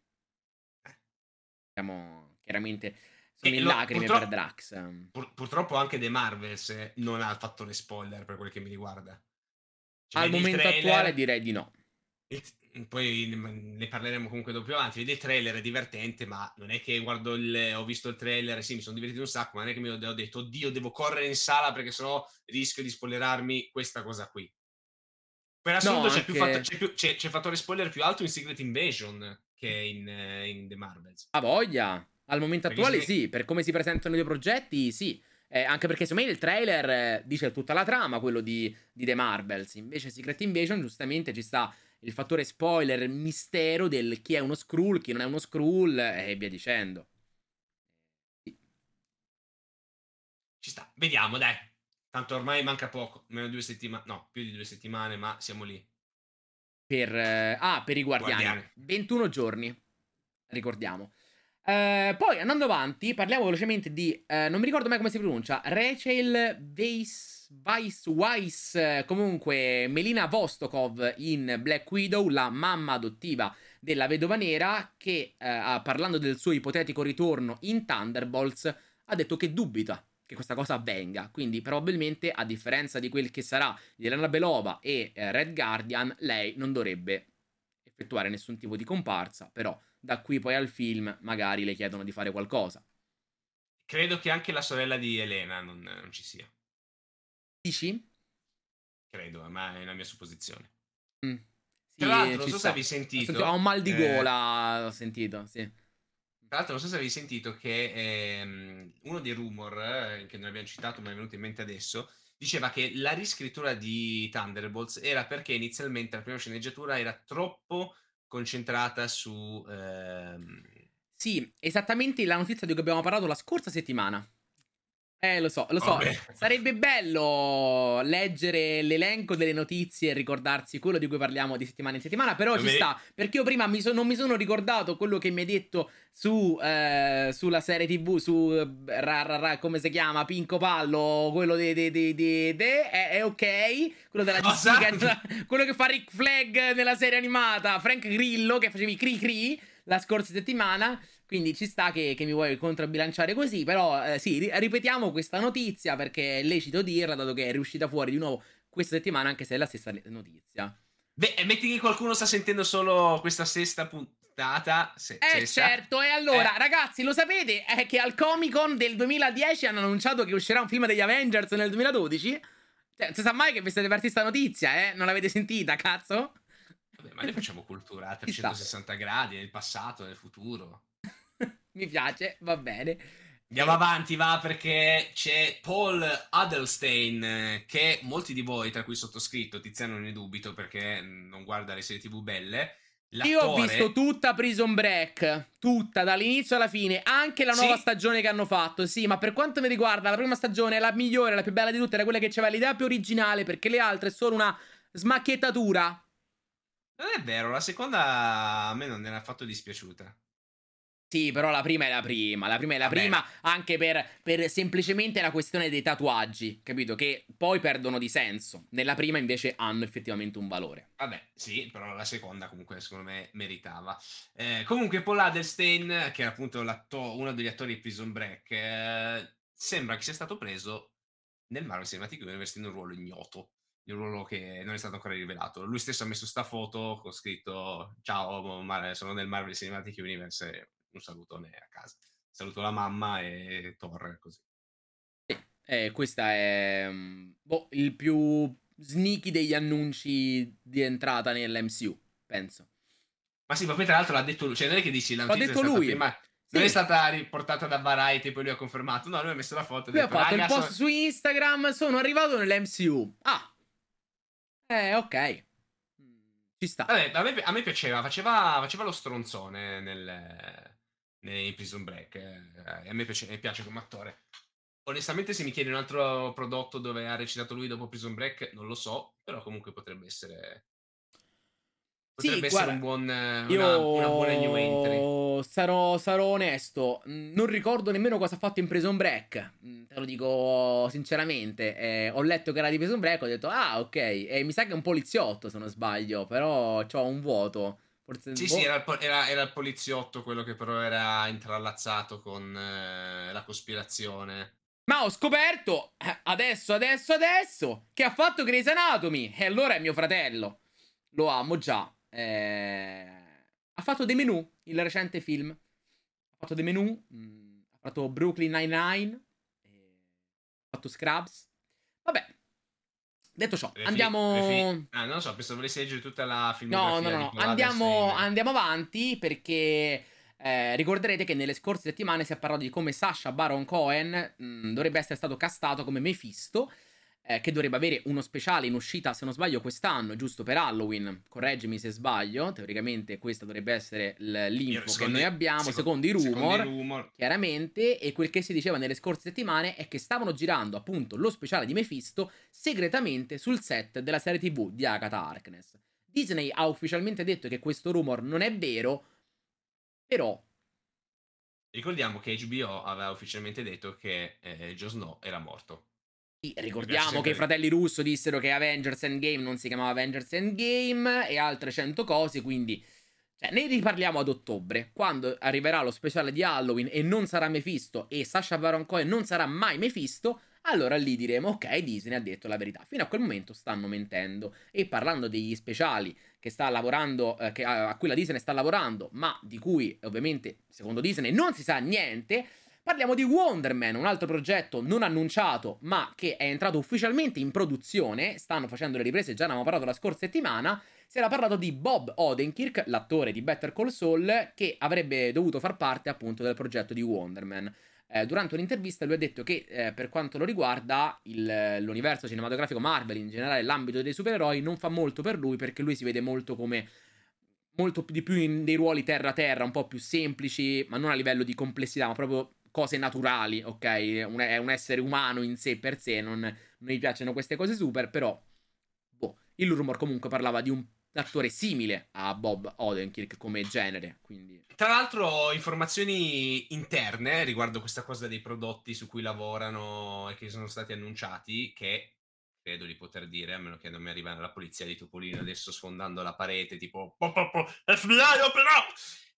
siamo chiaramente... Sono
E
in
lo-
lacrime per
purtroppo,
Drax.
pur- purtroppo anche The Marvels eh, non ha il fattore spoiler per quel che mi riguarda. Cioè,
Al
vedi il
momento attuale
trailer,
direi di no.
il- poi ne parleremo comunque dopo più avanti. Vedi il trailer, è divertente, ma non è che guardo il, ho visto il trailer e sì, mi sono divertito un sacco, ma non è che mi ho, ho detto, oddio, devo correre in sala perché sennò rischio di spoilerarmi questa cosa qui. Per
No,
assurdo c'è, più fatto-
anche...
c'è, più- c'è- c'è fattore spoiler più alto in Secret Invasion che in, eh, in The Marvels.
A voglia. Al momento
Perché
attuale
Secret-
sì, per come si presentano i due progetti sì. Eh, anche perché secondo me il trailer eh, dice tutta la trama, quello di, di The Marvels. Invece Secret Invasion giustamente ci sta il fattore spoiler, il mistero del chi è uno Skrull, chi non è uno Skrull e via dicendo. Sì.
ci sta, vediamo, dai. Tanto ormai manca poco, meno di due settimane, no, più di due settimane, ma siamo lì.
Per, eh, ah, per i Guardiani.
Guardiani.
ventuno giorni, ricordiamo. Eh, poi andando avanti, parliamo velocemente di. Eh, non mi ricordo mai come si pronuncia. Rachel Weisz, Weisz, Weisz, eh, comunque Melina Vostokov in Black Widow, la mamma adottiva della vedova nera, che eh, parlando del suo ipotetico ritorno in Thunderbolts, ha detto che dubita che questa cosa avvenga. Quindi, probabilmente, a differenza di quel che sarà Yelena Belova e eh, Red Guardian, lei non dovrebbe effettuare nessun tipo di comparsa, però da qui poi al film magari le chiedono di fare qualcosa.
Credo che anche la sorella di Elena non, non ci sia.
Dici?
Credo, ma è la mia supposizione.
Mm.
Tra
Sì,
l'altro, non
ci
so se
sta.
avevi
Ho, sentito, ho un
sentito,
mal di
eh,
gola, ho sentito, sì.
tra l'altro, non so se avevi sentito che ehm, uno dei rumor eh, che non abbiamo citato, ma è venuto in mente adesso, diceva che la riscrittura di Thunderbolts era perché inizialmente la prima sceneggiatura era troppo concentrata su... ehm,
Sì, esattamente la notizia di cui abbiamo parlato la scorsa settimana. Eh, lo so, lo so.
Vabbè.
Sarebbe bello leggere l'elenco delle notizie e ricordarsi quello di cui parliamo di settimana in settimana, però
Non
ci
mi-
sta, perché io prima mi so- non mi sono ricordato quello che mi hai detto su, eh, sulla serie T V, su, eh, ra, ra, ra, come si chiama, Pinco Pallo, quello di, di, di, di- de- è, è ok, quello della D C,
Cosa?
che- quello che fa Rick Flag nella serie animata, Frank Grillo, che facevi cri cri la scorsa settimana. Quindi ci sta che, che mi vuoi controbilanciare così, però eh, sì, ri- ripetiamo questa notizia perché è lecito dirla, dato che è riuscita fuori di nuovo questa settimana, anche se è la stessa le- notizia.
Beh, e metti che qualcuno sta sentendo solo questa sesta puntata, se-
Eh
sesta,
certo, e allora
eh,
ragazzi, lo sapete? È che al Comic Con del duemiladieci hanno annunciato che uscirà un film degli Avengers nel duemiladodici? Cioè, non si sa mai che vi siete persi sta notizia, eh? Non l'avete sentita, cazzo?
vabbè, ma noi facciamo cultura a
Ci sta.
trecentosessanta gradi, nel passato, nel futuro.
Mi piace, va bene.
Andiamo
E...
avanti, va, perché c'è Paul Adelstein, eh, che molti di voi, tra cui sottoscritto, Tiziano non ne dubito perché mm, non guarda le serie T V belle,
Io ho visto
l'attore...
tutta Prison Break, tutta, dall'inizio alla fine, anche la nuova
Sì,
stagione che hanno fatto, sì, ma per quanto mi riguarda la prima stagione è la migliore, la più bella di tutte, era quella che aveva l'idea più originale, perché le altre sono una smacchettatura.
non è vero, la seconda a me non era affatto dispiaciuta.
Sì, però la prima è la prima, la prima è la
Vabbè,
prima
ma
anche per, per semplicemente la questione dei tatuaggi, capito? Che poi perdono di senso. Nella prima invece hanno effettivamente un valore.
vabbè, sì, però la seconda comunque secondo me meritava. Eh, comunque Paul Adelstein, che è appunto l'atto- uno degli attori di Prison Break, eh, sembra che sia stato preso nel Marvel Cinematic Universe in un ruolo ignoto, in un ruolo che non è stato ancora rivelato. Lui stesso ha messo sta foto con scritto ciao, Mar- sono nel Marvel Cinematic Universe, e un salutone a casa. Saluto la mamma e Thor, così.
Eh, questa è mm, boh, il più sneaky degli annunci di entrata nell'M C U, penso.
Ma sì, ma poi tra l'altro l'ha detto lui, cioè non è che dici la
L'ha
notizia è
detto
stata
lui.
prima, non è
Sì,
stata riportata da Variety e poi lui ha confermato, no, lui ha messo la foto e ha
lui ha
detto,
fatto il
raga,
post
sono...
su Instagram, sono arrivato nell'M C U. Ah, eh, ok. Mm, Ci sta.
Vabbè, a me, a me piaceva, faceva, faceva lo stronzone nel, nei Prison Break. eh, e a me piace, mi piace come attore. Onestamente, se mi chiedi un altro prodotto dove ha recitato lui dopo Prison Break, non lo so, però comunque potrebbe essere,
Sì,
potrebbe essere un
guarda,
buon, eh, una, una buona new entry.
io sarò, sarò onesto, mm, non ricordo nemmeno cosa ha fatto in Prison Break, mm, te lo dico sinceramente. Eh, ho letto che era di Prison Break, ho detto, ah, ok, e mi sa che è un poliziotto, se non sbaglio, però c'ho un vuoto, forse,
Sì, sì,
boh.
era il, po- era- era il poliziotto quello che però era intrallazzato con eh, la cospirazione.
Ma ho scoperto, eh, adesso, adesso, adesso, che ha fatto Grey's Anatomy, e allora è mio fratello, lo amo già. Eh, Ha fatto The Menu, il recente film. Ha fatto The Menu, mh, ha fatto Brooklyn Nine-Nine, eh, ha fatto Scrubs. Vabbè, detto ciò,
Refi- refi-
andiamo...
ah, non lo so, penso volessi leggere tutta la
No, no,
filmografia
no,
di
no,
Paul
andiamo,
Adelstein.
andiamo avanti perché eh, ricorderete che nelle scorse settimane si è parlato di come Sacha Baron Cohen mh, dovrebbe essere stato castato come Mephisto, eh, che dovrebbe avere uno speciale in uscita, se non sbaglio, quest'anno, giusto per Halloween. Correggimi se sbaglio, teoricamente questa dovrebbe essere l-
Io-
l'info che
secondo,
noi
i-
abbiamo,
seco-
secondo i
secondo i
rumor,
rumor,
chiaramente, e quel che si diceva nelle scorse settimane è che stavano girando appunto lo speciale di Mephisto segretamente sul set della serie tivù di Agatha Harkness. Disney ha ufficialmente detto che questo rumor non è vero, però
ricordiamo che H B O aveva ufficialmente detto che eh, Jon Snow era morto.
sì,
Mi piace
ricordiamo che i
sempre.
fratelli Russo dissero che Avengers Endgame non si chiamava Avengers Endgame e altre cento cose, quindi cioè, ne riparliamo ad ottobre, quando arriverà lo speciale di Halloween e non sarà Mephisto e Sacha Baron Cohen non sarà mai Mephisto, allora lì diremo ok, Disney ha detto la verità. Fino a quel momento stanno mentendo. E parlando degli speciali che sta lavorando, eh, che, a, a cui la Disney sta lavorando, ma di cui ovviamente secondo Disney non si sa niente, parliamo di Wonder Man, un altro progetto non annunciato, ma che è entrato ufficialmente in produzione. Stanno facendo le riprese, già ne abbiamo parlato la scorsa settimana. Si era parlato di Bob Odenkirk, l'attore di Better Call Saul, che avrebbe dovuto far parte appunto del progetto di Wonder Man. Eh, durante un'intervista lui ha detto che eh, per quanto lo riguarda il, l'universo cinematografico Marvel, in generale l'ambito dei supereroi, non fa molto per lui perché lui si vede molto come molto di più in dei ruoli terra-terra, un po' più semplici, ma non a livello di complessità, ma proprio cose naturali, ok? Un, è un essere umano in sé per sé, non, non mi piacciono queste cose super, però boh, il rumor comunque parlava di un attore simile a Bob Odenkirk come genere, quindi
Tra l'altro, informazioni interne riguardo questa cosa dei prodotti su cui lavorano e che sono stati annunciati, che credo di poter dire, a meno che non mi arriva la polizia di Topolino adesso sfondando la parete, tipo po, po, po, F B I, open up!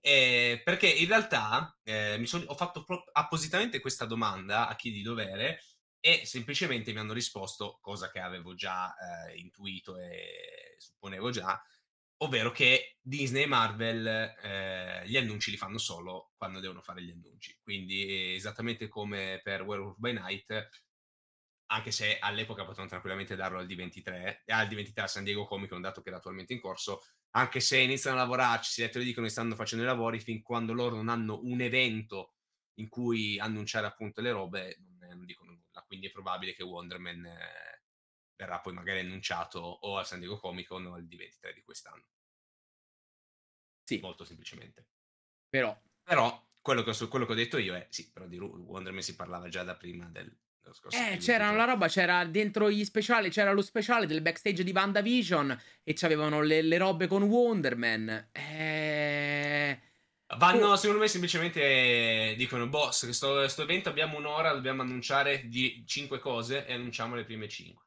Eh, perché in realtà eh, mi son- ho fatto pro- appositamente questa domanda a chi di dovere e semplicemente mi hanno risposto, cosa che avevo già eh, intuito e supponevo già, ovvero che Disney e Marvel eh, gli annunci li fanno solo quando devono fare gli annunci. Quindi, esattamente come per Werewolf by Night, anche se all'epoca potevano tranquillamente darlo al D ventitré, e al D ventitré a San Diego Comic Con, dato che era attualmente in corso, anche se iniziano a lavorarci, si te lo dicono che stanno facendo i lavori, fin quando loro non hanno un evento in cui annunciare appunto le robe, non, non dicono nulla. Quindi è probabile che Wonder Man eh, verrà poi magari annunciato o al San Diego Comic Con o al D ventitré di quest'anno.
sì,
Molto semplicemente.
però
Però quello che, ho, quello che ho detto io è sì, però di Wonder Man si parlava già da prima del, dello scorso
eh,
T V
c'era la
Giochi.
roba, c'era dentro gli speciali, c'era lo speciale del backstage di WandaVision e c'avevano le, le robe con Wonder Man. Eh...
Vanno,
Oh,
secondo me, semplicemente dicono, boss, che sto, sto evento abbiamo un'ora, dobbiamo annunciare di cinque cose e annunciamo le prime cinque.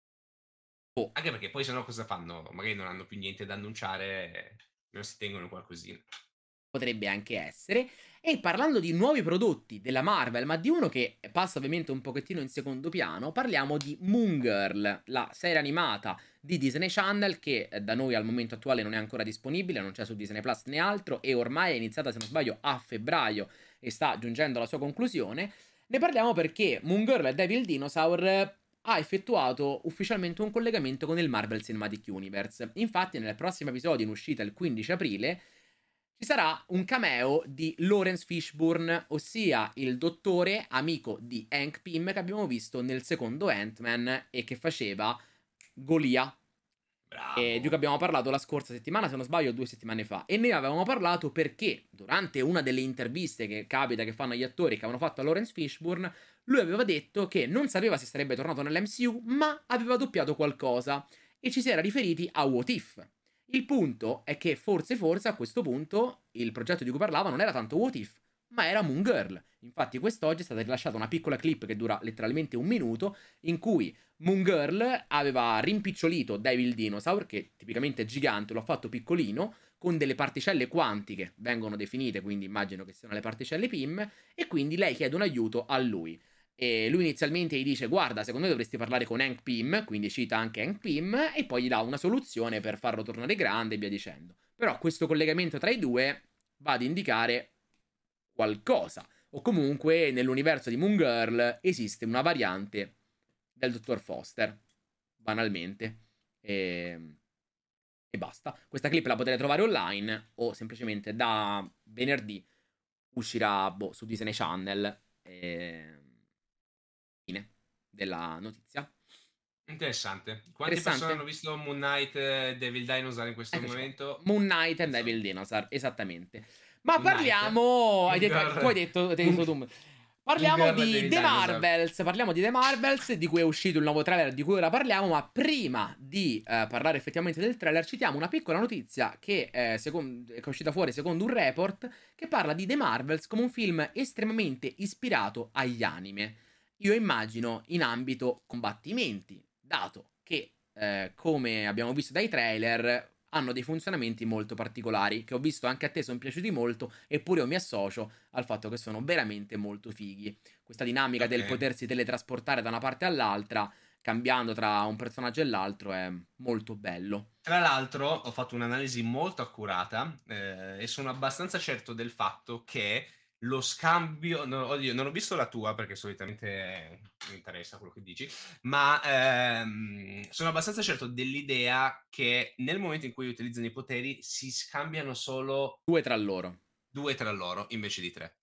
oh.
Anche perché poi sennò cosa fanno? Magari non hanno più niente da annunciare, non si tengono qualcosina.
Potrebbe anche essere. E parlando di nuovi prodotti della Marvel, ma di uno che passa ovviamente un pochettino in secondo piano, parliamo di Moon Girl, la serie animata di Disney Channel che eh, da noi al momento attuale non è ancora disponibile, non c'è su Disney Plus né altro e ormai è iniziata, se non sbaglio, a febbraio e sta giungendo alla sua conclusione. Ne parliamo perché Moon Girl e Devil Dinosaur ha effettuato ufficialmente un collegamento con il Marvel Cinematic Universe. Infatti nel prossimo episodio in uscita il quindici aprile ci sarà un cameo di Lawrence Fishburne, ossia il dottore amico di Hank Pym che abbiamo visto nel secondo Ant-Man e che faceva Golia. eh, di cui
Bravo.
abbiamo parlato la scorsa settimana, se non sbaglio, due settimane fa. E ne avevamo parlato perché durante una delle interviste che capita che fanno agli attori che avevano fatto a Lawrence Fishburne, lui aveva detto che non sapeva se sarebbe tornato nell'M C U, ma aveva doppiato qualcosa e ci si era riferiti a What If. Il punto è che forse forse a questo punto il progetto di cui parlava non era tanto What If, ma era Moon Girl. Infatti quest'oggi è stata rilasciata una piccola clip che dura letteralmente un minuto in cui Moon Girl aveva rimpicciolito Devil Dinosaur, che tipicamente è gigante, lo ha fatto piccolino, con delle particelle quantiche, vengono definite, quindi immagino che siano le particelle P I M, e quindi lei chiede un aiuto a lui. E lui inizialmente gli dice: guarda, secondo me dovresti parlare con Hank Pym, quindi cita anche Hank Pym, e poi gli dà una soluzione per farlo tornare grande e via dicendo. Però questo collegamento tra i due va ad indicare qualcosa, o comunque nell'universo di Moon Girl esiste una variante del dottor Foster, banalmente. E... e basta. Questa clip la potete trovare online o semplicemente da venerdì uscirà boh, su Disney Channel. E... fine della notizia.
Interessante. Quante persone hanno
Interessante?
visto Moon Knight e Devil Dinosaur in questo
Eccoci qua.
momento?
Moon Knight e
Insomma,
Devil Dinosaur, esattamente. Ma
Moon Knight,
parliamo. Hai
Moon
detto, tu hai
Girl,
detto, hai
Moon,
detto tu.
Moon
Parliamo
Girl e
di
Devil
The
Dinosaur.
Marvels. Parliamo di The Marvels, di cui è uscito il nuovo trailer, di cui ora parliamo. Ma prima di eh, parlare effettivamente del trailer, citiamo una piccola notizia che, eh, second- che è uscita fuori secondo un report che parla di The Marvels come un film estremamente ispirato agli anime. Io immagino in ambito combattimenti, dato che, eh, come abbiamo visto dai trailer, hanno dei funzionamenti molto particolari, che ho visto anche a te sono piaciuti molto, eppure io mi associo al fatto che sono veramente molto fighi. Questa dinamica
Ok.
del potersi teletrasportare da una parte all'altra, cambiando tra un personaggio e l'altro, è molto bello.
Tra l'altro ho fatto un'analisi molto accurata eh, e sono abbastanza certo del fatto che lo scambio, no, oddio, non ho visto la tua perché solitamente eh, mi interessa quello che dici, ma ehm, sono abbastanza certo dell'idea che nel momento in cui utilizzano i poteri si scambiano solo
Due tra loro.
due tra loro invece di tre.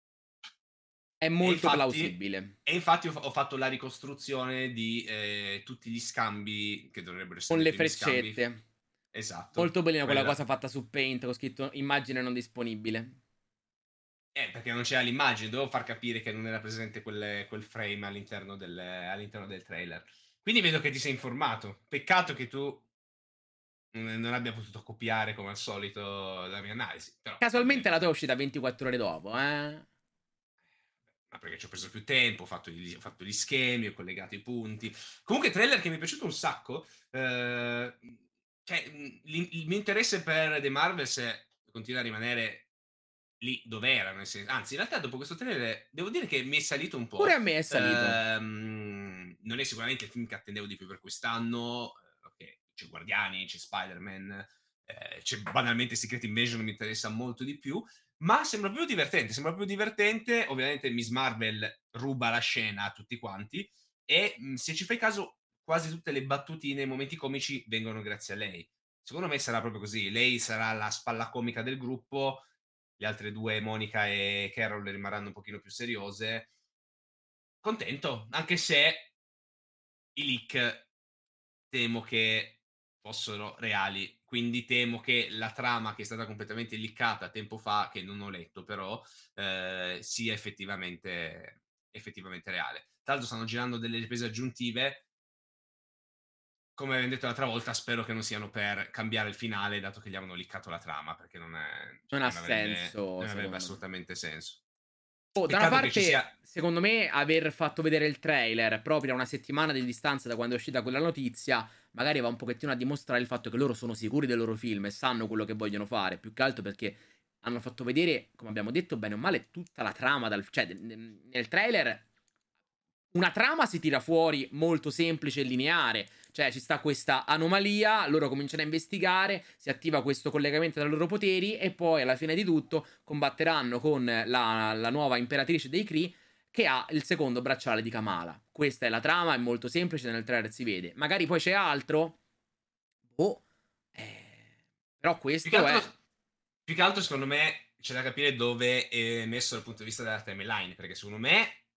È
E
molto
infatti,
plausibile.
e infatti ho, fa- ho fatto la ricostruzione di eh, tutti gli scambi, che dovrebbero
Con
essere i
le
primi scambi.
freccette.
Esatto.
Molto bellina quella
Quella,
cosa fatta su Paint, con scritto immagine non disponibile.
Eh, perché non c'era l'immagine, dovevo far capire che non era presente quel, quel frame all'interno del, all'interno del trailer. Quindi vedo che ti sei informato. Peccato che tu non non abbia potuto copiare come al solito la mia analisi. Però va
Casualmente
bene,
la tua è
dai.
uscita ventiquattro ore dopo, eh?
Ma perché ci ho preso più tempo, ho fatto gli, ho fatto gli schemi, ho collegato i punti. Comunque, trailer che mi è piaciuto un sacco. eh, cioè, mh, l'in- il mio interesse per The Marvels è- continua a rimanere lì dove era, nel senso, anzi, in realtà dopo questo trailer devo dire che mi è salito un
Pure
po'.
a me è salito.
Ehm, non è sicuramente il film che attendevo di più per quest'anno. eh, ok, c'è Guardiani, c'è Spider-Man, eh, c'è banalmente Secret Invasion, mi interessa molto di più. Ma sembra più divertente, sembra più divertente. Ovviamente Miss Marvel ruba la scena a tutti quanti. E mh, se ci fai caso, quasi tutte le battutine, i momenti comici vengono grazie a lei. Secondo me sarà proprio così. Lei sarà la spalla comica del gruppo, le altre due, Monica e Carol, rimarranno un pochino più seriose. Contento, anche se i leak temo che fossero reali, quindi temo che la trama che è stata completamente leakata tempo fa, che non ho letto però, eh, sia effettivamente, effettivamente reale. Tra l'altro stanno girando delle riprese aggiuntive, come abbiamo detto l'altra volta, spero che non siano per cambiare il finale, dato che gli avevano liccato la trama, perché non, è, cioè,
Non ha
non avrebbe,
senso,
non avrebbe
secondo me.
assolutamente senso.
Oh, da una
Peccato che ci sia...
parte, secondo me, aver fatto vedere il trailer proprio a una settimana di distanza da quando è uscita quella notizia, magari va un pochettino a dimostrare il fatto che loro sono sicuri del loro film e sanno quello che vogliono fare. Più che altro perché hanno fatto vedere, come abbiamo detto, bene o male, tutta la trama dal... Cioè, nel trailer una trama si tira fuori molto semplice e lineare. Cioè, ci sta questa anomalia, loro cominciano a investigare, si attiva questo collegamento tra i loro poteri e poi alla fine di tutto combatteranno con la, la nuova imperatrice dei Kree che ha il secondo bracciale di Kamala. Questa è la trama, è molto semplice, nel trailer si vede. Magari poi c'è altro? Boh. Eh, però
Più che
questo
altro,
è...
più che altro, secondo me, c'è da capire dove è messo dal punto di vista della timeline, perché secondo me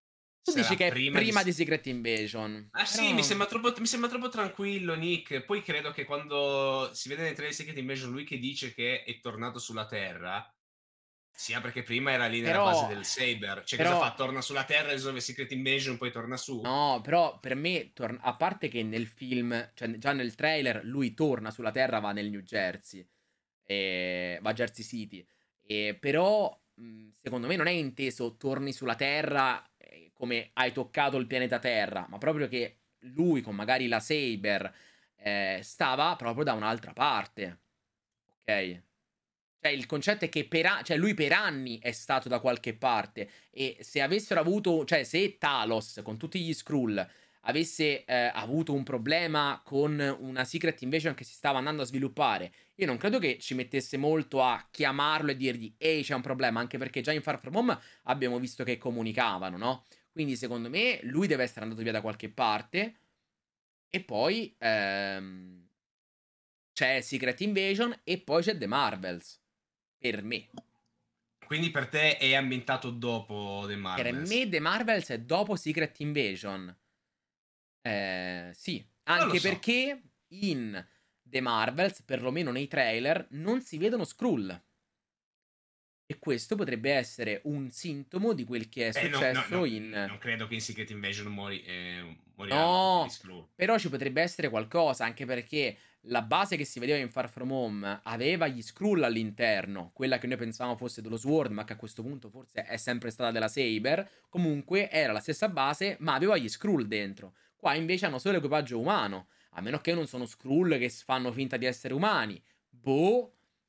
Tu dici
sarà
che è
prima di...
prima di Secret Invasion.
Ah sì, mi
Però...
sembra troppo, mi sembra troppo tranquillo, Nick. Poi credo che quando si vede nel trailer di Secret Invasion lui che dice che è tornato sulla Terra, sia perché prima era lì nella base
Però...
del Saber. Cioè, cosa
Però...
fa? Torna sulla Terra, risolve Secret Invasion, poi torna su?
No, però per me, tor- a parte che nel film, cioè già nel trailer, lui torna sulla Terra, va nel New Jersey, e va a Jersey City. E però, mh, secondo me, non è inteso torni sulla Terra eh, come hai toccato il pianeta Terra, ma proprio che lui, con magari la Saber, eh, stava proprio da un'altra parte. Ok? Cioè, il concetto è che per a- cioè, lui per anni è stato da qualche parte. E se avessero avuto, cioè, se Talos con tutti gli Skrull avesse eh, avuto un problema con una Secret Invasion che si stava andando a sviluppare, io non credo che ci mettesse molto a chiamarlo e dirgli ehi, c'è un problema, anche perché già in Far From Home abbiamo visto che comunicavano, no? Quindi secondo me lui deve essere andato via da qualche parte e poi ehm, c'è Secret Invasion e poi c'è The Marvels, per me.
Quindi per te è ambientato dopo The
Per
Marvels?
me The Marvels è dopo Secret Invasion. Eh, sì,
Non lo
anche
so.
perché in The Marvels, perlomeno nei trailer, non si vedono Skrull. E questo potrebbe essere un sintomo di quel che è
Eh, no, no,
successo
no,
in...
non credo che in Secret Invasion mori- eh, moriranno tutti gli
No,
Skrull.
però ci potrebbe essere qualcosa, anche perché la base che si vedeva in Far From Home aveva gli Skrull all'interno, quella che noi pensavamo fosse dello Sword, ma che a questo punto forse è sempre stata della Saber. Comunque era la stessa base, ma aveva gli Skrull dentro. Qua invece hanno solo l'equipaggio umano, a meno che non sono Skrull che fanno finta di essere umani. Boh,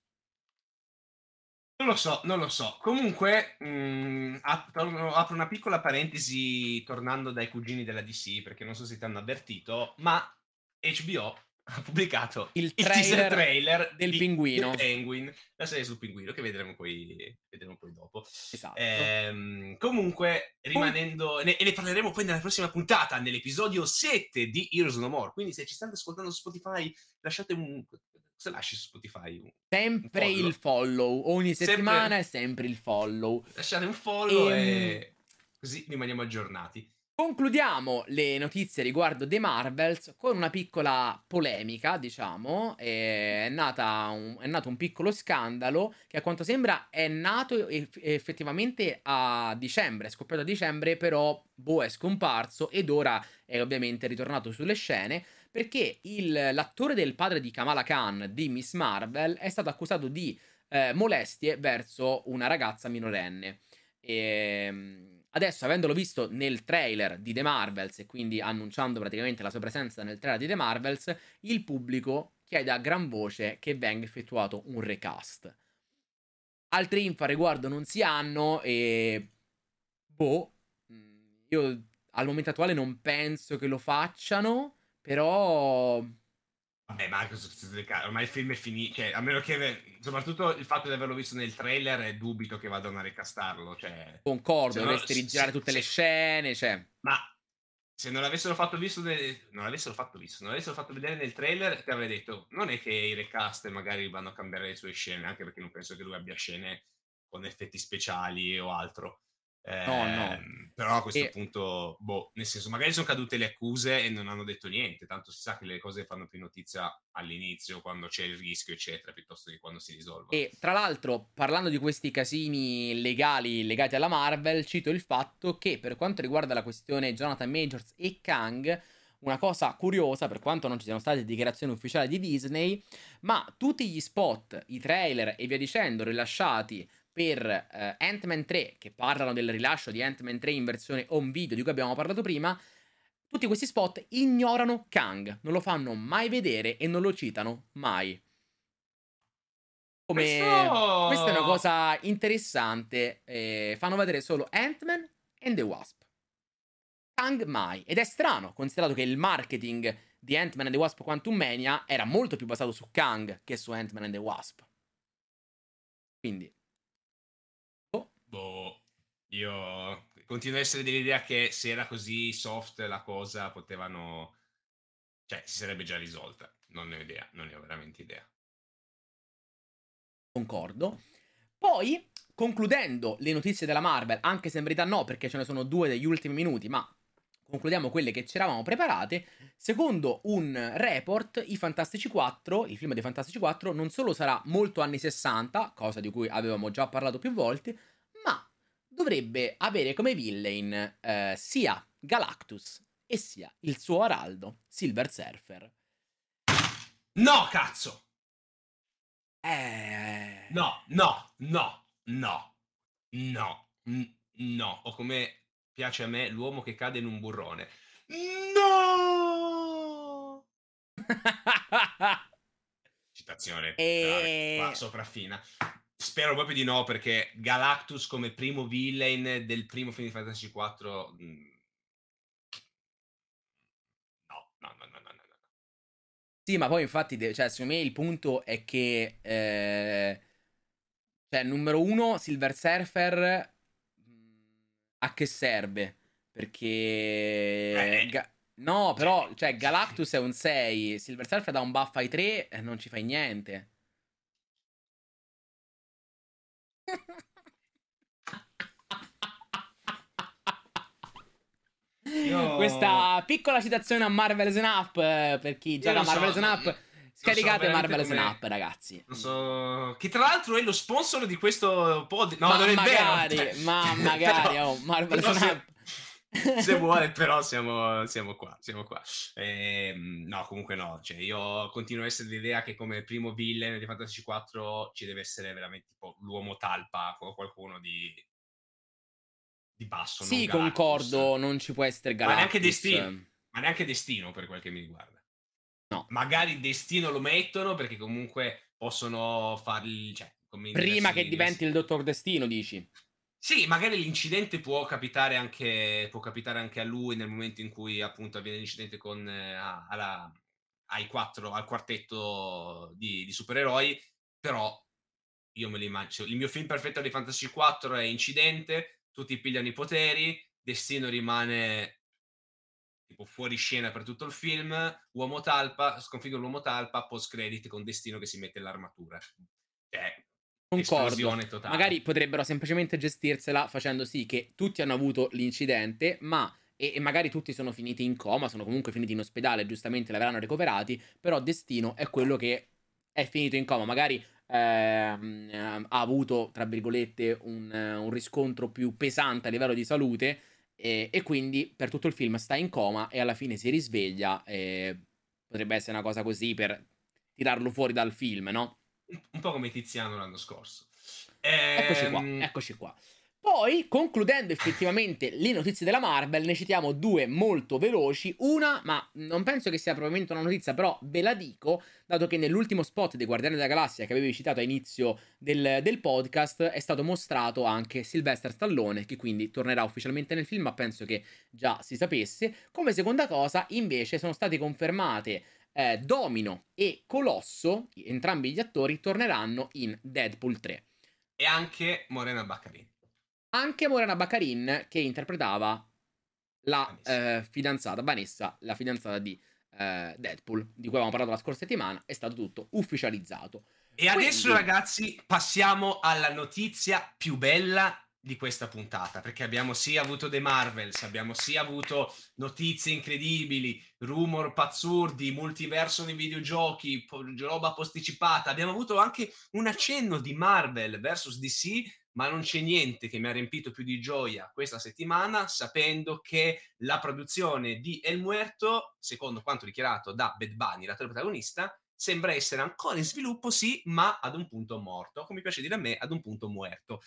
Non lo so, non lo so. Comunque, mh, apro, apro una piccola parentesi tornando dai cugini della D C, perché non so se ti hanno avvertito, ma H B O ha pubblicato
il
il teaser
trailer
trailer
del
di The
pinguino.
Penguin, la serie sul pinguino, che vedremo poi, vedremo poi dopo.
Esatto.
Ehm, comunque,
Con-
rimanendo... Ne, e ne parleremo poi nella prossima puntata, nell'episodio sette di Heroes No More. Quindi se ci state ascoltando su Spotify, lasciate un... Cosa lasci su Spotify? Un, un
Sempre il
follow?
follow, ogni settimana
Sempre
è sempre il follow.
lasciate un follow
E
e così rimaniamo aggiornati.
concludiamo le notizie riguardo The Marvels con una piccola polemica, diciamo. È, nata un, è nato un piccolo scandalo che a quanto sembra è nato eff- effettivamente a dicembre, è scoppiato a dicembre, però Bo è scomparso ed ora è ovviamente ritornato sulle scene perché il- l'attore del padre di Kamala Khan, di Miss Marvel, è stato accusato di eh, molestie verso una ragazza minorenne. E adesso, avendolo visto nel trailer di The Marvels e quindi annunciando praticamente la sua presenza nel trailer di The Marvels, il pubblico chiede a gran voce che venga effettuato un recast. Altre info a riguardo non si hanno e... Boh, mm, io al momento attuale non penso che lo facciano, però
Vabbè, ma anche su ormai il film è finito, cioè, a meno che, soprattutto il fatto di averlo visto nel trailer, è dubito che vadano a recastarlo, cioè,
concordo,
se no,
dovreste rigirare
se,
tutte le
se-
scene, cioè...
ma se non l'avessero fatto visto, nel- non l'avessero fatto visto, non l'avessero fatto vedere nel trailer, ti avrei detto, non è che i recast magari vanno a cambiare le sue scene, anche perché non penso che lui abbia scene con effetti speciali o altro.
No, no.
Ehm, però a questo
E
punto, boh, nel senso, magari sono cadute le accuse e non hanno detto niente, tanto si sa che le cose fanno più notizia all'inizio, quando c'è il rischio, eccetera, piuttosto che quando si risolvono.
E tra l'altro, parlando di questi casini legali legati alla Marvel, cito il fatto che per quanto riguarda la questione Jonathan Majors e Kang, una cosa curiosa, per quanto non ci siano state dichiarazioni ufficiali di Disney, ma tutti gli spot, i trailer e via dicendo rilasciati per eh, Ant-Man tre, che parlano del rilascio di Ant-Man tre in versione home video di cui abbiamo parlato prima, tutti questi spot ignorano Kang, non lo fanno mai vedere e non lo citano mai. Come questa è una
Questo...
cosa interessante. Eh, fanno vedere solo Ant-Man and the Wasp. Kang mai. Ed è strano, considerato che il marketing di Ant-Man and the Wasp Quantum Mania era molto più basato su Kang che su Ant-Man and the Wasp. Quindi, oh,
Boh, io continuo ad essere dell'idea che se era così soft la cosa potevano... Cioè, si sarebbe già risolta. Non ne ho idea, non ne ho veramente idea.
concordo. Poi, concludendo le notizie della Marvel, anche se in verità no, perché ce ne sono due degli ultimi minuti, ma concludiamo quelle che ci eravamo preparate. Secondo un report, i Fantastici quattro, il film dei Fantastici quattro, non solo sarà molto anni sessanta, cosa di cui avevamo già parlato più volte, ma dovrebbe avere come villain eh, sia Galactus e sia il suo araldo, Silver Surfer.
No, cazzo!
Eh...
No, no, no, no, no, n- no. O come piace a me, l'uomo che cade in un burrone. No! Citazione
e...
qua sopraffina. Spero proprio di no, perché Galactus come primo villain del primo film di Fantasy quattro... mm, No, no, no, no, no, no.
Sì, ma poi infatti, de- cioè, secondo me il punto è che, eh, cioè, numero uno, Silver Surfer, mh, a che serve? Perché,
Eh,
Ga- no, però,
cioè,
cioè, Galactus è un sei, Silver Surfer dà un buff ai tre e non ci fai niente.
io...
Questa piccola citazione a Marvel Snap, eh, per chi
Io
gioca a
non so,
Marvel
no,
Snap,
non so
scaricate
veramente
Marvel
come...
Snap, ragazzi.
Non so... Che tra l'altro è lo sponsor di questo pod... No,
Ma
non è
magari,
vero!
ma magari,
Però-
oh, Marvel
però
Snap.
se... se vuole, però siamo, siamo qua, siamo qua. Ehm, no, comunque no, cioè io continuo a essere l'idea che come primo villain di Fantasy quattro ci deve essere veramente tipo l'uomo talpa o qualcuno di... di basso, non
Sì,
Galactus.
concordo, non ci può essere
Ma neanche
Galactus.
Destino, ma neanche Destino per quel che mi riguarda.
No.
Magari Destino lo mettono perché comunque possono farli, cioè, come in
Prima che
diversi...
diventi il Dottor Destino, dici?
Sì, magari l'incidente può capitare anche, può capitare anche a lui nel momento in cui appunto avviene l'incidente con eh, a- alla- ai quattro, al quartetto di, di supereroi, però io me lo immagino. Il mio film perfetto di Fantasy quattro è Incidente, tutti pigliano i poteri, Destino rimane tipo fuori scena per tutto il film, uomo talpa, sconfigge l'uomo talpa, post credit con Destino che si mette l'armatura. Cioè,
Concordo.
esplosione totale.
Magari potrebbero semplicemente gestirsela facendo sì che tutti hanno avuto l'incidente, ma e, e magari tutti sono finiti in coma, sono comunque finiti in ospedale, giustamente l'avranno recuperati, però Destino è quello che è finito in coma, magari ehm, ehm, ha avuto, tra virgolette, un, eh, un riscontro più pesante a livello di salute e, e quindi per tutto il film sta in coma e alla fine si risveglia e potrebbe essere una cosa così per tirarlo fuori dal film, no?
Un, un po' come Tiziano l'anno scorso.
Eccoci qua,
Ehm,
eccoci qua. Poi, concludendo effettivamente le notizie della Marvel, ne citiamo due molto veloci. Una, ma non penso che sia probabilmente una notizia, però ve la dico, dato che nell'ultimo spot dei Guardiani della Galassia che avevi citato a inizio del, del podcast è stato mostrato anche Sylvester Stallone, che quindi tornerà ufficialmente nel film, ma penso che già si sapesse. Come seconda cosa, invece, sono state confermate eh, Domino e Colosso, entrambi gli attori, torneranno in Deadpool tre.
e anche Morena Baccarin.
Anche Morena Baccarin che interpretava la
Vanessa.
eh, fidanzata, Vanessa, la fidanzata di eh, Deadpool, di cui avevamo parlato la scorsa settimana, è stato tutto ufficializzato.
E adesso,
Quindi,
ragazzi, passiamo alla notizia più bella di questa puntata, perché abbiamo sì avuto The Marvels, abbiamo sì avuto notizie incredibili, rumor pazzurdi, multiverso nei videogiochi, po- roba posticipata, abbiamo avuto anche un accenno di Marvel versus D C, ma non c'è niente che mi ha riempito più di gioia questa settimana, sapendo che la produzione di El Muerto, secondo quanto dichiarato da Bad Bunny, l'attore protagonista, sembra essere ancora in sviluppo, sì, ma ad un punto morto. Come piace dire a me, ad un punto muerto.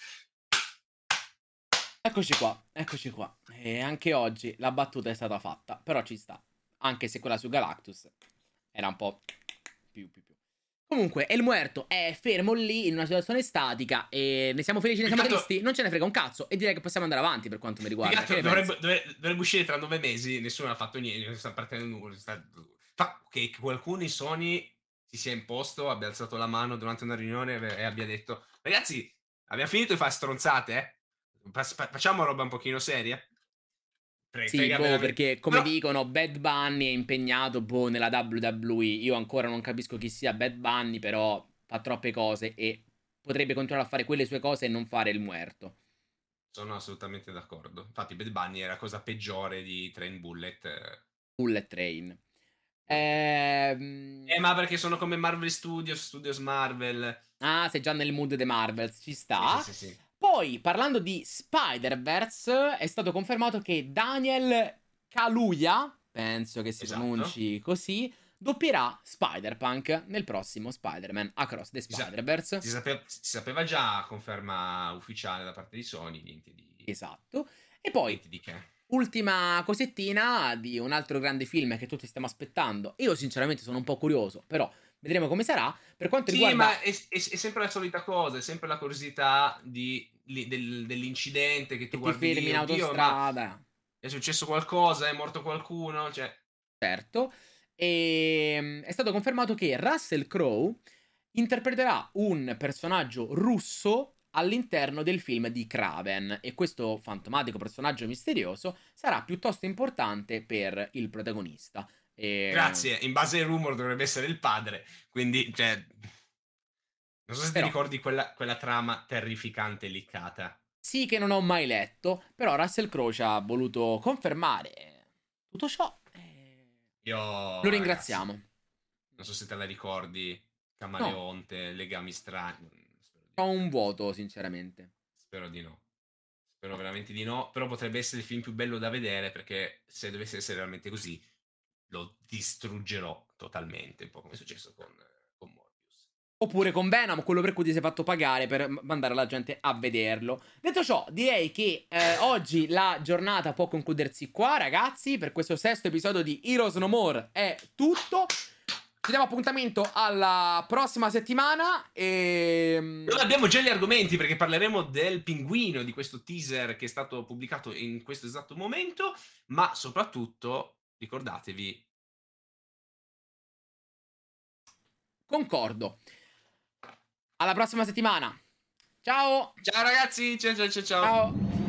eccoci qua, eccoci qua. E anche oggi la battuta è stata fatta, però ci sta. Anche se quella su Galactus era un po' più più più. Comunque, El Muerto è fermo lì in una situazione statica e ne siamo felici, ne siamo
Peccato,
tristi, non ce ne frega un cazzo e direi che possiamo andare avanti per quanto mi riguarda. Che
peccato
ne
dovrebbe,
pensi?
dovrebbe, dovrebbe uscire tra nove mesi, nessuno ha fatto niente, non sta partendo nulla. Sta... Fa che qualcuno in Sony si sia imposto, abbia alzato la mano durante una riunione e abbia detto: ragazzi, abbiamo finito di fare stronzate, eh? Facciamo roba un pochino seria?
Sì,
Frega
boh,
veramente.
perché come
No,
dicono, Bad Bunny è impegnato, boh, nella W W E. Io ancora non capisco chi sia Bad Bunny, però fa troppe cose e potrebbe continuare a fare quelle sue cose e non fare il muerto.
Sono assolutamente d'accordo. Infatti Bad Bunny è la cosa peggiore di Train Bullet.
Bullet Train.
Ehm...
Ehm...
Eh, ma perché sono come Marvel Studios, Studios Marvel.
Ah, sei già nel mood dei Marvels, ci sta.
Sì, sì, sì, sì.
Poi, parlando di Spider-Verse, è stato confermato che Daniel Kaluuya, penso che si
Esatto.
pronunci così, doppierà Spider-Punk nel prossimo Spider-Man Across the
Si sa-
Spider-Verse.
Si sapeva, si sapeva già, conferma ufficiale da parte di Sony, niente di,
Esatto. E poi,
niente di che.
ultima cosettina di un altro grande film che tutti stiamo aspettando. Io sinceramente sono un po' curioso, però vedremo come sarà. Per quanto
Sì,
riguarda...
ma è, è- è sempre la solita cosa, è sempre la curiosità di- li- del- dell'incidente che tu
che ti
guardi
fermi
lì,
in
oddio, ma
autostrada.
è successo qualcosa, è morto qualcuno, cioè...
Certo. E è stato confermato che Russell Crowe interpreterà un personaggio russo all'interno del film di Kraven, e questo fantomatico personaggio misterioso sarà piuttosto importante per il protagonista. E...
Grazie, in base ai rumor dovrebbe essere il padre, quindi, cioè... Non so se
Però,
ti ricordi quella, quella trama terrificante liccata.
sì, che non ho mai letto, però Russell Crowe ci ha voluto confermare tutto ciò. E...
Io,
lo
ragazzi,
ringraziamo.
non so se te la ricordi,
No,
Camaleonte, Legami strani. Spero di
ho
no.
un vuoto, sinceramente.
Spero di no. Spero veramente di no. Però potrebbe essere il film più bello da vedere perché se dovesse essere veramente così, lo distruggerò totalmente. Un po' come è successo con, con Morbius.
Oppure con Venom, quello per cui ti sei fatto pagare per m- mandare la gente a vederlo. Detto ciò, direi che eh, oggi la giornata può concludersi qua, ragazzi. Per questo sesto episodio di Heroes No More è tutto. Ci diamo appuntamento alla prossima settimana. E...
Non abbiamo già gli argomenti perché parleremo del pinguino, di questo teaser che è stato pubblicato in questo esatto momento. Ma soprattutto, ricordatevi,
concordo. Alla prossima settimana. Ciao.
ciao ragazzi, ciao ciao ciao ciao.
Ciao.